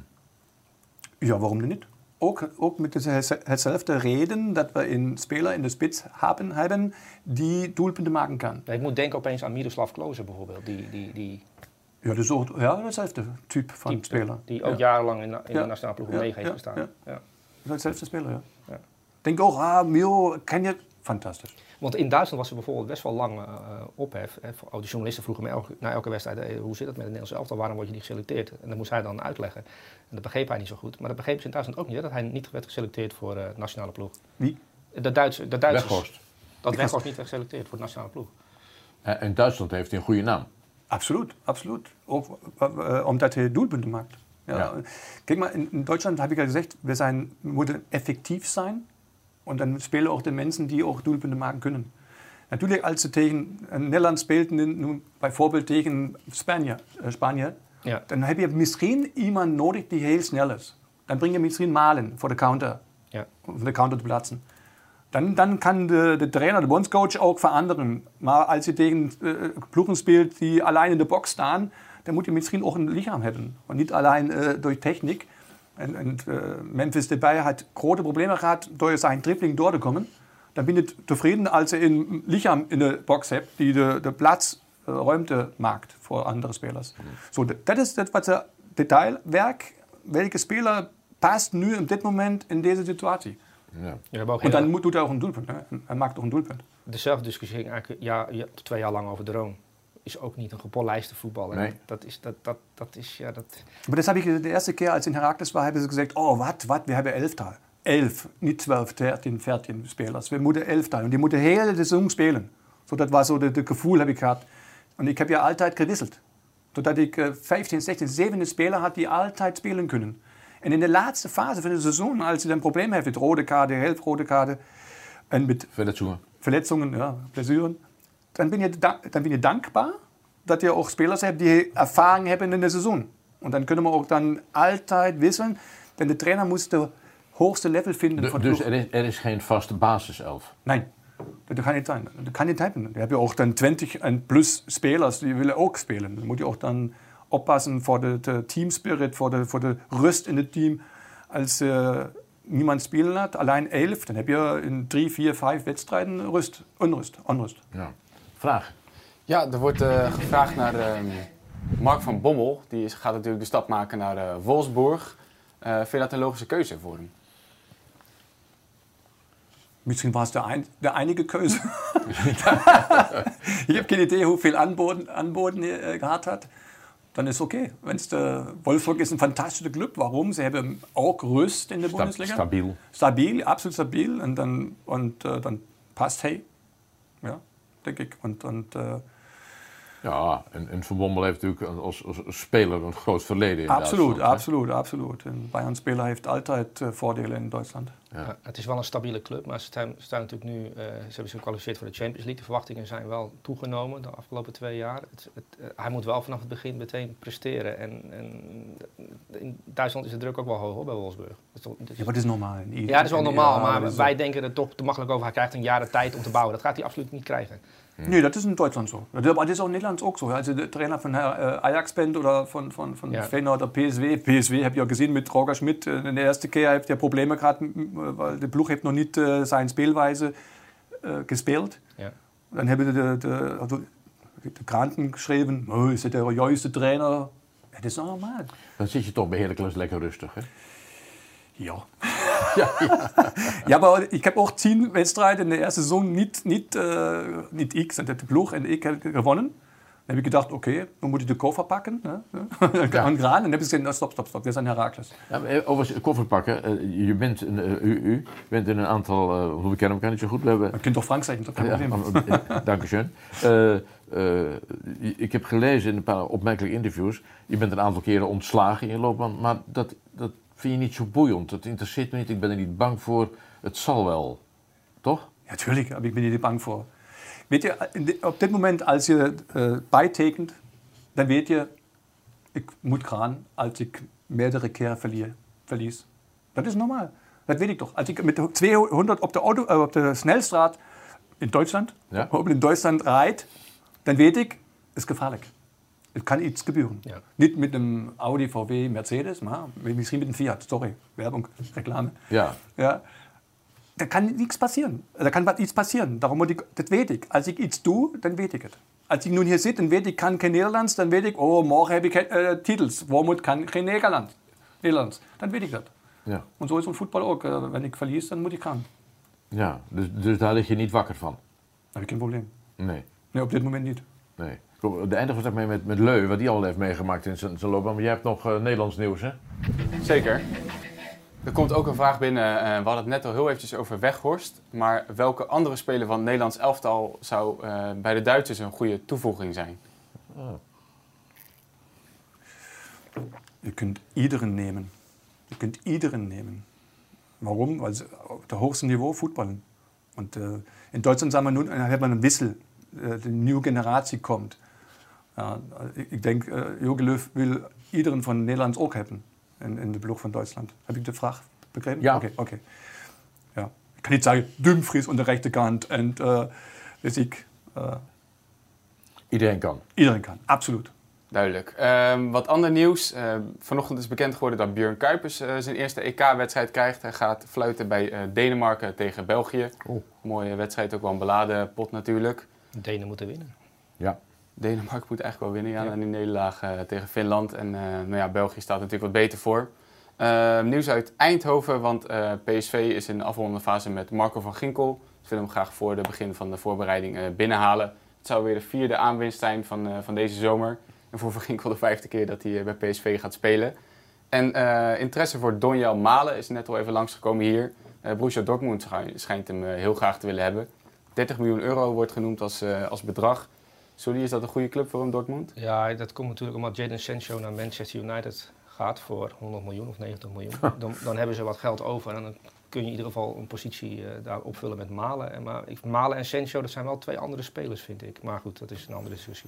Ja, waarom niet? Ook, ook met hetzelfde reden dat we een speler in de spits hebben, hebben die doelpunten maken kan. Ik moet denken opeens aan Miroslav Klose bijvoorbeeld. Die, die, die... Ja, dat is ook ja, hetzelfde type van type, speler. Die ook ja. jarenlang in, in ja. de nationale ploeg ja. mee heeft ja. gestaan. Ja. Ja. Dat is hetzelfde speler, ja. ja. Denk ook, ah, Miro, ken je... Fantastisch. Want in Duitsland was er bijvoorbeeld best wel lang uh, ophef. Hè. Oh, de journalisten vroegen me elke, na elke wedstrijd, hey, hoe zit het met het Nederlands elftal, waarom word je niet geselecteerd? En dat moest hij dan uitleggen. En dat begreep hij niet zo goed. Maar dat begreep ze in Duitsland ook niet, hè, dat hij niet werd geselecteerd voor de uh, nationale ploeg. Wie? De, Duitse, de Duitsers. Weghorst. Dat Weghorst niet werd geselecteerd voor de nationale ploeg. Uh, en Duitsland heeft een goede naam. Absoluut, absoluut. Ook uh, omdat hij doelpunten maakt. Ja. Ja. Kijk maar, in, in Duitsland heb ik ja gezegd, we, zijn, we moeten effectief zijn. En dan spelen ook de mensen die ook doelpunten maken kunnen. Natuurlijk, als ze tegen Nederland speelden, nu bijvoorbeeld tegen Spanje, uh, Spanje ja. dan heb je misschien iemand nodig die heel snel is. Dan breng je misschien Malen voor de counter, ja. om de counter te plaatsen. Dan, dan kan de, de trainer, de bondscoach ook veranderen. Maar als je tegen uh, ploegen speelt die alleen in de box staan, dan moet je misschien ook een lichaam hebben. En niet alleen uh, door techniek. En, en uh, Memphis Depay had grote problemen gehad door zijn dribbling door te komen. Dan ben je tevreden als je een lichaam in de box hebt die de, de plaats, uh, ruimte maakt voor andere spelers. Mm. So, dat is het wat het detailwerk. Welke speler past nu op dit moment in deze situatie? Ja. Ja, en dan moet, doet hij ook een doelpunt. Hè? Hij maakt ook een doelpunt. Dezelfde discussie ging eigenlijk ja, ja, twee jaar lang over Droon. is ook niet een gepolijste voetballer. Nee. Dat is, dat, dat, dat is, ja, dat... Maar dat heb ik de eerste keer als in Herakles war, hebben ze gezegd, oh wat, wat, we hebben elftal. Elf, niet twaalf, dertien, veertien spelers. We moeten elftal. En die moeten de hele seizoen spelen. So, dat was zo de, de gevoel heb ik gehad. En ik heb ja altijd gewisseld. Zodat ik uh, vijftien, zestien, zeventien spelers had die altijd spelen kunnen. En in de laatste fase van het seizoen, als je dan Probleme hebt met rode kaarten, helft rode kaarten en met Verletzungen, Verletzungen ja, blessuren, dan ben, je, dan ben je dankbaar dat je ook spelers hebt die ervaring hebben in het seizoen. En dan kunnen we ook dan altijd wisselen. En de trainer moest de hoogste level vinden. De, van dus er is, er is geen vaste basiself? Nee. Dat kan niet zijn. Dat kan niet hebben. Dan heb je ook dan twintig en plus spelers die willen ook spelen. Dan moet je ook dan oppassen voor de, de teamspirit, voor de, voor de rust in het team. Als uh, niemand spelen laat, alleen elf, dan heb je in drie, vier, vijf wedstrijden rust, onrust, onrust. Ja. Vraag? Ja, er wordt uh, gevraagd naar uh, Mark van Bommel. Die is, gaat natuurlijk de stap maken naar uh, Wolfsburg. Uh, vind je dat een logische keuze voor hem? Misschien was de, ein, de enige keuze. Ik heb geen idee hoeveel aanboden, aanboden hij gehad had. Dan is het oké. Okay. Wolfsburg is een fantastische club. Waarom? Ze hebben ook rust in de Sta- Bundesliga. Stabiel. Stabiel, absoluut stabiel. En dan, en, uh, dan past hij. Ja, denk ik. En, en, uh, ja, en, en Van Bommel heeft natuurlijk als, als speler een groot verleden in absoluut, Duitsland. absoluut, absoluut. Een Bayern-speler heeft altijd uh, voordelen in Duitsland. Ja. Ja, het is wel een stabiele club, maar ze staan, staan natuurlijk nu, uh, ze hebben zich gekwalificeerd voor de Champions League. De verwachtingen zijn wel toegenomen de afgelopen twee jaar. Het, het, uh, hij moet wel vanaf het begin meteen presteren. En, en in Duitsland is de druk ook wel hoog hoor, bij Wolfsburg. Dat is toch, dat is, ja, maar dat is normaal. Ja, dat is wel normaal, ja, maar wij denken er toch te makkelijk over. Hij krijgt een jaar de tijd om te bouwen. Dat gaat hij absoluut niet krijgen. Nee, dat is in Duitsland zo. Dat is ook in Nederland ook zo. Als je de trainer van Ajax bent oder von, von, von ja. Feyenoord oder P S V. P S V heb je al gezien met Roger Schmidt. In de eerste keer heeft hij problemen gehad, weil de ploeg heeft nog niet uh, zijn speelwijze uh, gespeeld. Ja. Dan hebben de, de, de, de kranten geschreven, oh, is het de juiste trainer? Ja, dat is normaal. Dan zit je toch bij Heracles lekker rustig, hè? Ja. ja, ja. ja, maar ik heb ook tien wedstrijden in de eerste seizoen niet, niet, uh, niet ik, de ploeg en ik heb gewonnen. Dan heb ik gedacht, oké, okay, dan moet ik de koffer pakken. Hè? Ja. En dan heb ik gezegd, nou, stop, stop, stop, dit is een Herakles. Ja, overigens, koffer pakken, uh, je bent, een, uh, u, u bent in een aantal, uh, we kennen elkaar niet zo goed. We hebben... Je kunt toch Frank zeggen, toch geen probleem. Ja, dank u schön. Uh, uh, ik heb gelezen in een paar opmerkelijke interviews, je bent een aantal keren ontslagen in je loopbaan, maar dat... dat vind je niet zo boeiend? Het interesseert me niet, ik ben er niet bang voor. Het zal wel, toch? Ja, tuurlijk, maar ik ben er niet bang voor. Weet je, op dit moment, als je uh, bijtekent, dan weet je, ik moet gaan als ik meerdere keren verlier, verlies. Dat is normaal. Dat weet ik toch. Als ik met tweehonderd op de, Auto, uh, op de snelstraat in Duitsland, ja. in Duitsland rijd, dan weet ik, het is gevaarlijk. Het kan iets gebeuren. Ja. Niet met een Audi, V W, Mercedes, maar misschien met een Fiat. Sorry, Werbung, Reclame. Ja. Ja. Da kann nichts passieren. Da kann iets passieren. Daarom moet ik, dat weet ik. Als ik iets doe, dan weet ik het. Als ik nu hier zit en weet ik kan geen Nederlands, dan weet ik, oh, morgen heb ik uh, titels. Waarom kan geen Nederlands? Nederlands? Dan weet ik dat. Ja. En zo is het voetbal ook. Uh, wenn ik verlies, dan moet ik gaan. Ja, dus, dus daar lig je niet wakker van? Dan heb ik geen probleem. Nee. Nee, op dit moment niet. Nee. De eindig was ook mee met, met Leu, wat hij al heeft meegemaakt in zijn, zijn loopbaan. Maar jij hebt nog uh, Nederlands nieuws, hè? Zeker. Er komt ook een vraag binnen. Uh, we hadden het net al heel eventjes over Weghorst. Maar welke andere speler van het Nederlands elftal zou uh, bij de Duitsers een goede toevoeging zijn? Oh. Je kunt iedereen nemen. Je kunt iedereen nemen. Waarom? Weil ze op het hoogste niveau voetballen. Want uh, in Duitsland zijn we nu, hebben we een wissel. Uh, de nieuwe generatie komt. Ja, ik, ik denk, uh, Jogi Löw wil iedereen van Nederland ook hebben. In, in de ploeg van Duitsland. Heb ik de vraag begrepen? Ja. Oké, okay, okay. Ja. Ik kan niet zeggen, Dumfries aan de rechterkant. En uh, dus ik... Uh, iedereen kan? Iedereen kan, absoluut. Duidelijk. Uh, wat ander nieuws. Uh, vanochtend is bekend geworden dat Björn Kuipers uh, zijn eerste E K-wedstrijd krijgt. Hij gaat fluiten bij uh, Denemarken tegen België. Oh. Mooie wedstrijd, ook wel een beladen pot natuurlijk. Denen moeten winnen. Ja. Denemarken moet eigenlijk wel winnen, ja, ja. na die nederlaag uh, tegen Finland. En uh, nou ja, België staat natuurlijk wat beter voor. Uh, nieuws uit Eindhoven, want uh, P S V is in de afrondende fase met Marco van Ginkel. Ze willen hem graag voor de begin van de voorbereiding uh, binnenhalen. Het zou weer de vierde aanwinst zijn van, uh, van deze zomer. En voor Van Ginkel de vijfde keer dat hij uh, bij P S V gaat spelen. En uh, interesse voor Donjel Malen is net al even langsgekomen hier. Uh, Borussia Dortmund schijnt hem uh, heel graag te willen hebben. dertig miljoen euro wordt genoemd als, uh, als bedrag. Sorry, is dat een goede club voor hem, Dortmund? Ja, dat komt natuurlijk omdat Jadon Sancho naar Manchester United gaat voor honderd miljoen of negentig miljoen. Dan, dan hebben ze wat geld over en dan kun je in ieder geval een positie uh, daar opvullen met Malen. En maar ik, Malen en Sancho, dat zijn wel twee andere spelers, vind ik. Maar goed, dat is een andere discussie.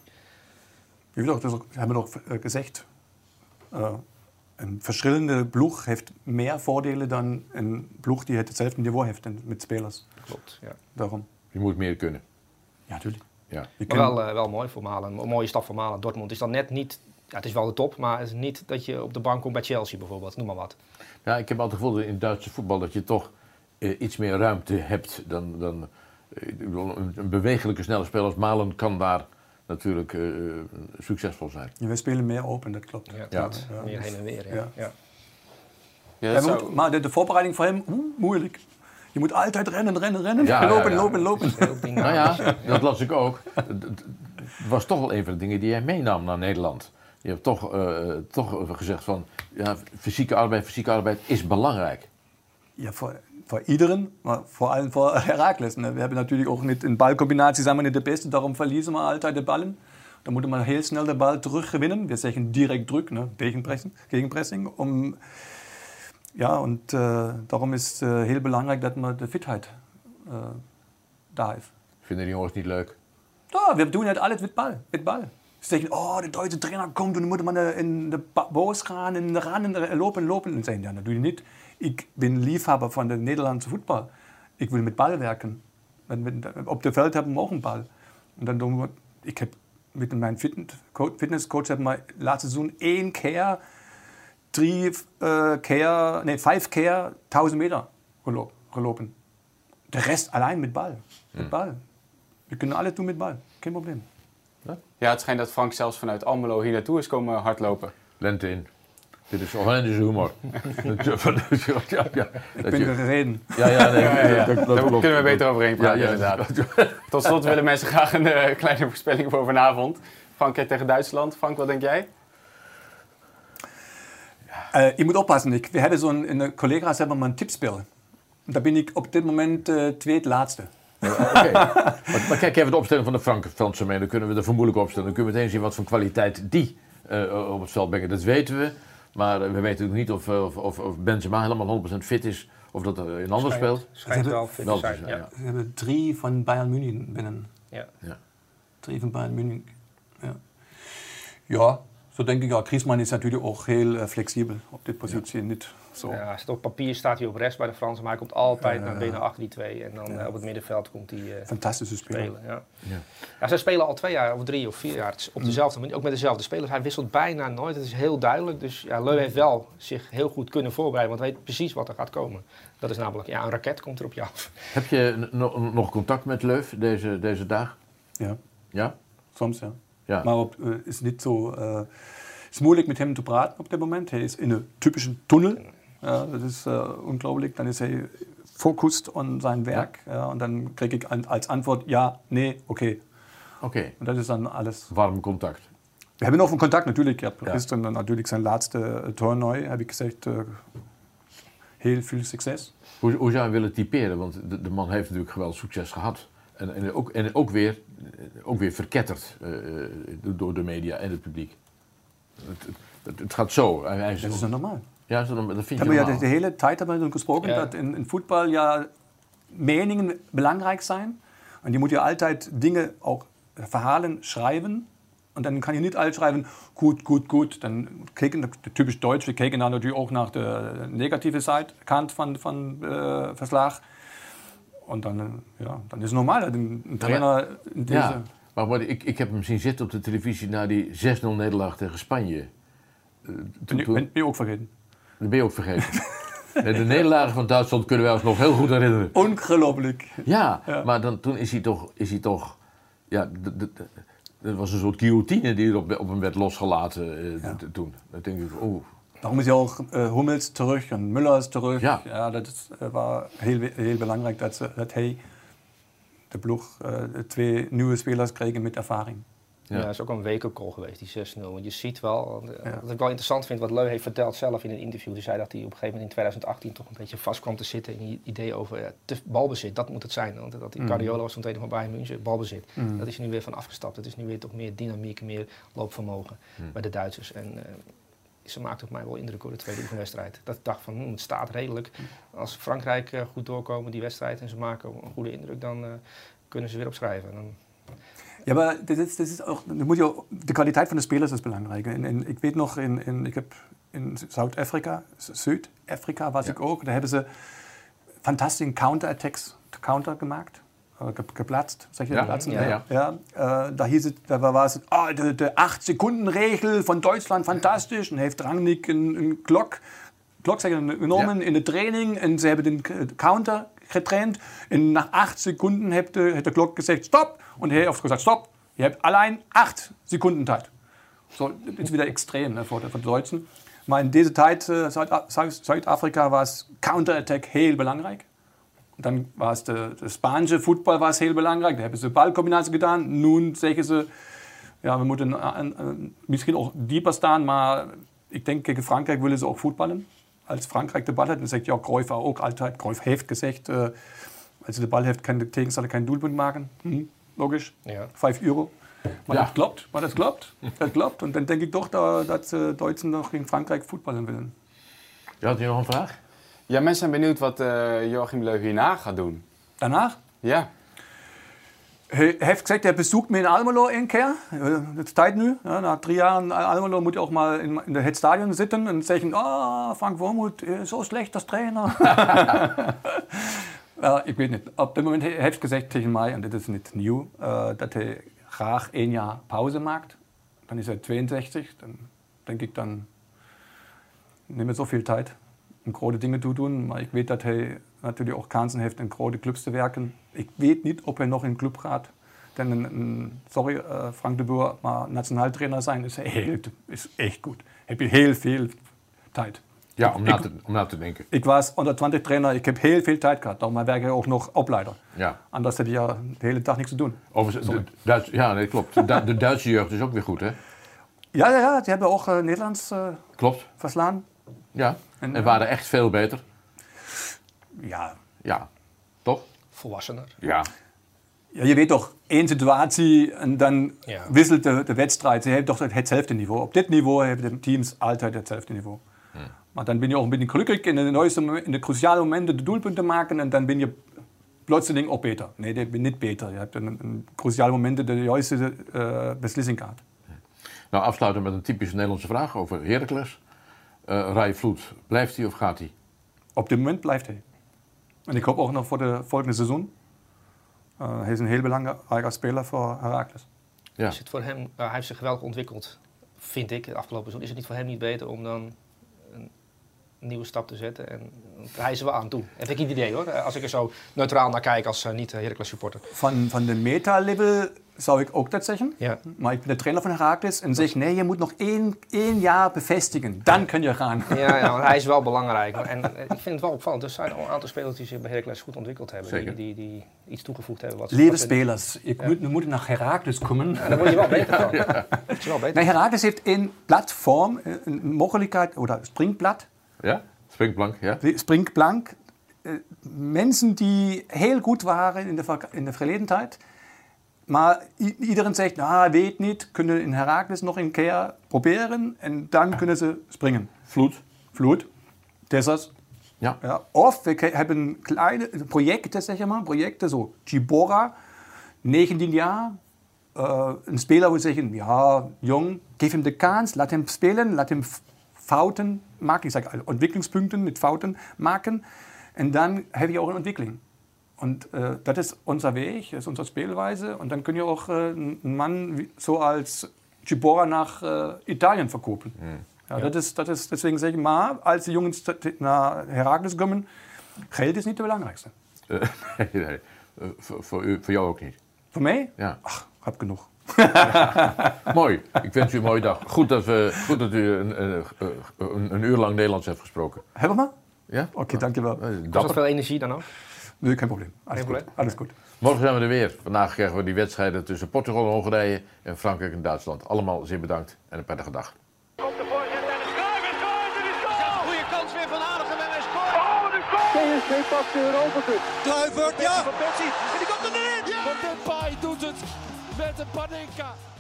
We hebben nog gezegd, uh, een verschillende ploeg heeft meer voordelen dan een ploeg die hetzelfde niveau heeft met spelers. Klopt, ja. Daarom. Je moet meer kunnen. Ja, natuurlijk. Ja. Maar wel, uh, wel mooi voor Malen. Een mooie stap voor Malen. Dortmund is dan net niet, ja, het is wel de top, maar het is niet dat je op de bank komt bij Chelsea bijvoorbeeld, noem maar wat. Ja, ik heb altijd gevoeld in het Duitse voetbal dat je toch uh, iets meer ruimte hebt dan, dan uh, een, een bewegelijke snelle speler als Malen kan daar natuurlijk uh, succesvol zijn. Ja, wij spelen meer open, dat klopt. Ja, ja. ja. Meer heen en weer. Ja. Ja. Ja. Ja, dat zou... moet, maar de, de voorbereiding voor hem, oeh, moeilijk. Je moet altijd rennen, rennen, rennen. Ja, lopen, ja, ja. lopen, lopen. Nou ja, dat las ik ook. Het was toch wel een van de dingen die jij meenam naar Nederland. Je hebt toch, uh, toch gezegd van, ja, fysieke arbeid, fysieke arbeid is belangrijk. Ja, voor, voor iedereen, maar vor allem voor Herakles. Ne? We hebben natuurlijk ook niet in balcombinatie zijn we niet de beste, daarom verliezen we altijd de ballen. Dan moeten we heel snel de bal teruggewinnen. Wir zeggen direkt druk, ne? Gegenpressing, Gegenpressing, um ja, und äh, darum ist äh, heel belangrijk dat maar de fitheid äh, da is. Vinden die jongens niet leuk? Ja, we doen het alles met bal. Met bal. Ze zeggen, oh, de Duitse trainer komt en dan moet man in de boos gaan en rennen, lopen, lopen. En zeggen, ja, dat doe je niet. Ik ben liefhebber van de Nederlandse voetbal. Ik wil met bal werken. Op de veld hebben we ook een bal. En dan doen we, ik heb met mijn fitnesscoach heb maar laatste seizoen één keer drie uh, keer, nee, vijf keer duizend meter gelopen. De rest alleen met bal. Met hmm. bal. We kunnen alles doen met bal. Geen probleem. Ja? Ja, het schijnt dat Frank zelfs vanuit Almelo hier naartoe is komen hardlopen. Lente in. Dit is Hollandische humor. ja, ja. Ik ben er gereden. Ja, ja, nee, ja, ja, ja. Dat, dat Daar klopt. kunnen we beter overheen praten, ja, ja. inderdaad. Tot slot willen mensen graag een uh, kleine voorspelling voor vanavond. Frankrijk tegen Duitsland. Frank, wat denk jij? Uh, je moet oppassen. Ik, we hebben zo'n, in de collega's hebben we een tipspel. Daar ben ik op dit moment uh, tweede-laatste. Ja, okay. maar, maar kijk even de opstelling van de Frank, Franse mee. Dan kunnen we er vermoedelijk opstellen. Dan kunnen we meteen zien wat voor kwaliteit die uh, op het veld brengen. Dat weten we. Maar uh, we weten ook niet of, of, of, of Benzema helemaal honderd procent fit is. Of dat er een ander speelt. Schijnt wel fit te zijn, ja. Ze hebben drie van Bayern München binnen. Ja. ja. Drie van Bayern München. Ja. Ja. Zo denk ik, ja, Griezmann is natuurlijk ook heel uh, flexibel op dit positie. Ja. Niet zo. Ja, op papier staat hij op rechts bij de Fransen, maar hij komt altijd uh, naar binnen achter die twee. En dan ja. uh, op het middenveld komt hij uh, fantastische speler. spelen. Ja. Ja. Ja, zij spelen al twee jaar of drie of vier jaar op dezelfde manier, ook met dezelfde spelers. Hij wisselt bijna nooit, het is heel duidelijk. Dus ja, Leu heeft wel zich heel goed kunnen voorbereiden, want weet precies wat er gaat komen. Dat is namelijk, ja, een raket komt er op je af. Heb je no- nog contact met Leu deze, deze dag? Ja. Ja? Soms, ja. Ja. Maar het uh, is niet zo. Uh, het is moeilijk met hem te praten op dit moment. Hij is in een typische tunnel. Ja, dat is uh, ongelooflijk. Dan is hij gefocust op zijn werk. Ja. Ja, en dan krijg ik als antwoord ja, nee, oké. Okay. Oké. Okay. En dat is dan alles. Warm contact. We hebben nog een contact natuurlijk. Ja. Ja. Gisteren natuurlijk zijn laatste toernooi. Heb ik gezegd, uh, heel veel succes. Hoe, hoe zou je willen typeren? Want de, de man heeft natuurlijk geweldig succes gehad. En, en, ook, en ook, weer, ook weer verketterd uh, door de media en het publiek. Het, het, het gaat zo. Hij, hij is dat is dan normaal. Ja, dat vind je hebben normaal. Ja de hele tijd hebben we gesproken, ja. dat in, in voetbal ja meningen belangrijk zijn. En je moet ja altijd dingen, ook verhalen schrijven. En dan kan je niet altijd schrijven, goed, goed, goed. Dan kijken, typisch Deutsch, we kijken dan natuurlijk ook naar de negatieve Seite, kant van, van uh, verslag. En dan, ja, dan is het normaal dat een, een trainer in deze... Ja, maar, maar ik, ik heb hem zien zitten op de televisie na die zes nul nederlaag tegen Spanje. Uh, ben, je, ben je ook vergeten? Dat ben je ook vergeten. Nee, de nederlagen van Duitsland kunnen wij ons nog heel goed herinneren. Ongelooflijk. Ja, ja. Maar dan, toen is hij toch... Is hij toch ja, er was een soort guillotine die er op, op hem werd losgelaten uh, ja. toen. Dan denk ik, oh... Daarom is ja ook uh, Hummels terug en Müller is terug. Ja, ja dat is, uh, was heel, heel belangrijk dat, dat hij de ploeg uh, twee nieuwe spelers kregen met ervaring. Ja, dat is ook een wake-up call geweest, die zes nul. Want je ziet wel, uh, ja. wat ik wel interessant vind, wat Leu heeft verteld zelf in een interview. Die zei dat hij op een gegeven moment in twintig achttien toch een beetje vast kwam te zitten in die idee over uh, te, balbezit. Dat moet het zijn. Want dat die mm. Guardiola was toen tegen van Bayern München, balbezit. Mm. Dat is er nu weer van afgestapt. Het is nu weer toch meer dynamiek, meer loopvermogen mm. bij de Duitsers. En uh, ze maakte op mij wel indruk door de tweede oefenwedstrijd. Dat ik dacht van, hm, het staat redelijk. Als Frankrijk uh, goed doorkomen die wedstrijd en ze maken een goede indruk, dan uh, kunnen ze weer opschrijven. Dan, ja, maar dit is, dit is ook, moet je ook, de kwaliteit van de spelers is belangrijk. En, en ik weet nog, in, in, ik heb in Zuid-Afrika, Zuid-Afrika was ja. ik ook, daar hebben ze fantastische counterattacks, counter gemaakt. Geplatzt, zeg je ja, platzen? Ja, ja. ja uh, da hieß es, da war es, oh, de, de acht-Sekunden-Regel van Duitsland, fantastisch. En heeft Rangnick een, een klok, klok zeggen, genomen ja. in de training en ze hebben de counter getraind. En na acht Sekunden heeft de, heeft de klok gezegd, stop. En hij heeft gezegd, stop, je hebt alleen acht Sekunden tijd. So, das ist wieder extrem ne, voor, de, voor de Duitsen. Maar in deze tijd, uh, Zuid-Afrika, was Counterattack heel belangrijk. Dan was de, de Spaanse voetbal was heel belangrijk. Daar hebben ze balcombinatie gedaan. Nu zeggen ze, ja, we moeten uh, uh, misschien ook dieper staan, maar ik denk tegen Frankrijk willen ze ook voetballen. Als Frankrijk de bal hat, dan zegt ja, Cruyff ook altijd. Cruyff heeft gezegd, uh, als je de bal heeft, kan de tegenstander geen doelpunt maken. Hm, logisch, ja. vijf euro. Maar ja. dat klopt, maar dat klopt. Dat klopt. En dan denk ik toch dat, dat uh, Duitsers nog in Frankrijk voetballen willen. Ja, had je nog een vraag? Ja, mensen zijn benieuwd wat uh, Joachim Löw hierna gaat doen. Daarna? Ja. Hij heeft gezegd, hij bezoekt me in Almelo een keer. Het is tijd nu. Ja, na drie jaar in Almelo moet je ook mal in, in het stadion zitten en zeggen, oh, Frank Wormoed, zo slecht als trainer. uh, ik weet niet. Op dit moment heeft hij gezegd tegen mij, en dit is niet nieuw, uh, dat hij graag één jaar pauze maakt. Dan is hij tweeënzestig. Dan denk ik, dan neem je zoveel tijd om grote dingen te doen. Maar ik weet dat hij natuurlijk ook kansen heeft in grote clubs te werken. Ik weet niet of hij nog in club gaat. Denn een, een, sorry uh, Frank de Boer, maar nationaaltrainer zijn is, heel, is echt goed. Heb je heel veel tijd. Ja, om na, te, om na te denken. Ik was onder twintig trainer, ik heb heel veel tijd gehad. Daarom werk ik ook nog opleider. Ja. Anders heb je ja de hele dag niks te doen. Overigens, de Duits, ja, nee, klopt. De, de Duitse jeugd is ook weer goed, hè? Ja, ja, ja, die hebben ook uh, Nederlands uh, klopt. verslaan. Ja, en, en waren echt veel beter. Ja. Ja, toch? Volwassener. Ja. Ja, je weet toch, één situatie en dan ja. wisselt de, de wedstrijd. Ze hebben toch hetzelfde niveau. Op dit niveau hebben de teams altijd hetzelfde niveau. Hmm. Maar dan ben je ook een beetje gelukkig in de, neueste, in de cruciale momenten de doelpunten maken en dan ben je plotseling ook beter. Nee, je bent niet beter. Je hebt in, in cruciale momenten de juiste uh, beslissing gehad. Nou, afsluiten met een typische Nederlandse vraag over Heracles. Uh, Rai Vloed, blijft hij of gaat hij? Op dit moment blijft hij. En ik hoop ook nog voor de volgende seizoen. Uh, hij is een heel belangrijke speler voor Heracles. Ja. Is het voor hem, uh, hij heeft zich geweldig ontwikkeld, vind ik, de afgelopen seizoen. Is het niet voor hem niet beter om dan een nieuwe stap te zetten? En hij is er wel aan toe. Heb ik het idee hoor, als ik er zo neutraal naar kijk als uh, niet-Heracles supporter. Van, van de meta-level zou ik ook dat zeggen. Ja. Maar ik ben de trainer van Heracles en zeg nee, je moet nog één, één jaar bevestigen. Dan kun je gaan. Ja, ja, want hij is wel belangrijk. En uh, ik vind het wel opvallend. Er zijn al een aantal spelers die zich bij Heracles goed ontwikkeld hebben. Die, die, die iets toegevoegd hebben. Wat Lieve spelers, ik ja. moet, we moeten naar Heracles komen. Ja, dan word je wel beter van. Ja. Word je wel beter. Nee, Heracles heeft een platform, een mogelijkheid, of springblad. Ja, springplank, ja. Springplank. Mensen die heel goed waren in de, in de verleden tijd. Maar iedereen zegt, nou, weet niet, kunnen in Heracles nog een keer proberen en dan kunnen ze springen. Vloed. Vloed. Tessers. Ja. Ja. Of we hebben kleine projecten, zeg maar, projecten, zo Chibora, negentien jaar. Uh, een speler wil zeggen, ja, jong, geef hem de kans, laat hem spelen, laat hem fouten maken. Ik zeg ontwikkelingspunten met fouten maken. En dan heb je ook een ontwikkeling. Und äh, das ist unser Weg, das ist unsere Spielweise. Und dann können wir auch äh, einen Mann so als Chibora nach äh, Italien verkaufen. Mhm. Ja, ja. Das ist, das ist, deswegen sage ich mal, als die Jungs nach Heracles kommen, Geld ist nicht das Belangrijkste. Uh, nee, nee. Uh, voor, voor, u, voor jou ook niet? Voor mij? Ja. Ach, heb genoeg. Mooi. Ik wens u een mooie dag. Goed dat, we, goed dat u een, een, een, een uur lang Nederlands heeft gesproken. Hebben we maar? Ja. Oké, okay, dankjewel. Was dat veel energie dan ook? Nee, geen probleem. Alles Geen goed. probleem? Alles goed. Morgen zijn we er weer. Vandaag krijgen we die wedstrijden tussen Portugal en Hongarije en Frankrijk en Duitsland. Allemaal zeer bedankt en een prettige dag. Komt de voorzet en de Cruijff is goal! Dit is goal! Een goede kans weer van Aardigem en hij scoort! Oh, de goal! P S V pakt de Europa Cup. Kluivert, ja! Van Persie en die komt er erin! Ja! Depay doet het met een Panenka.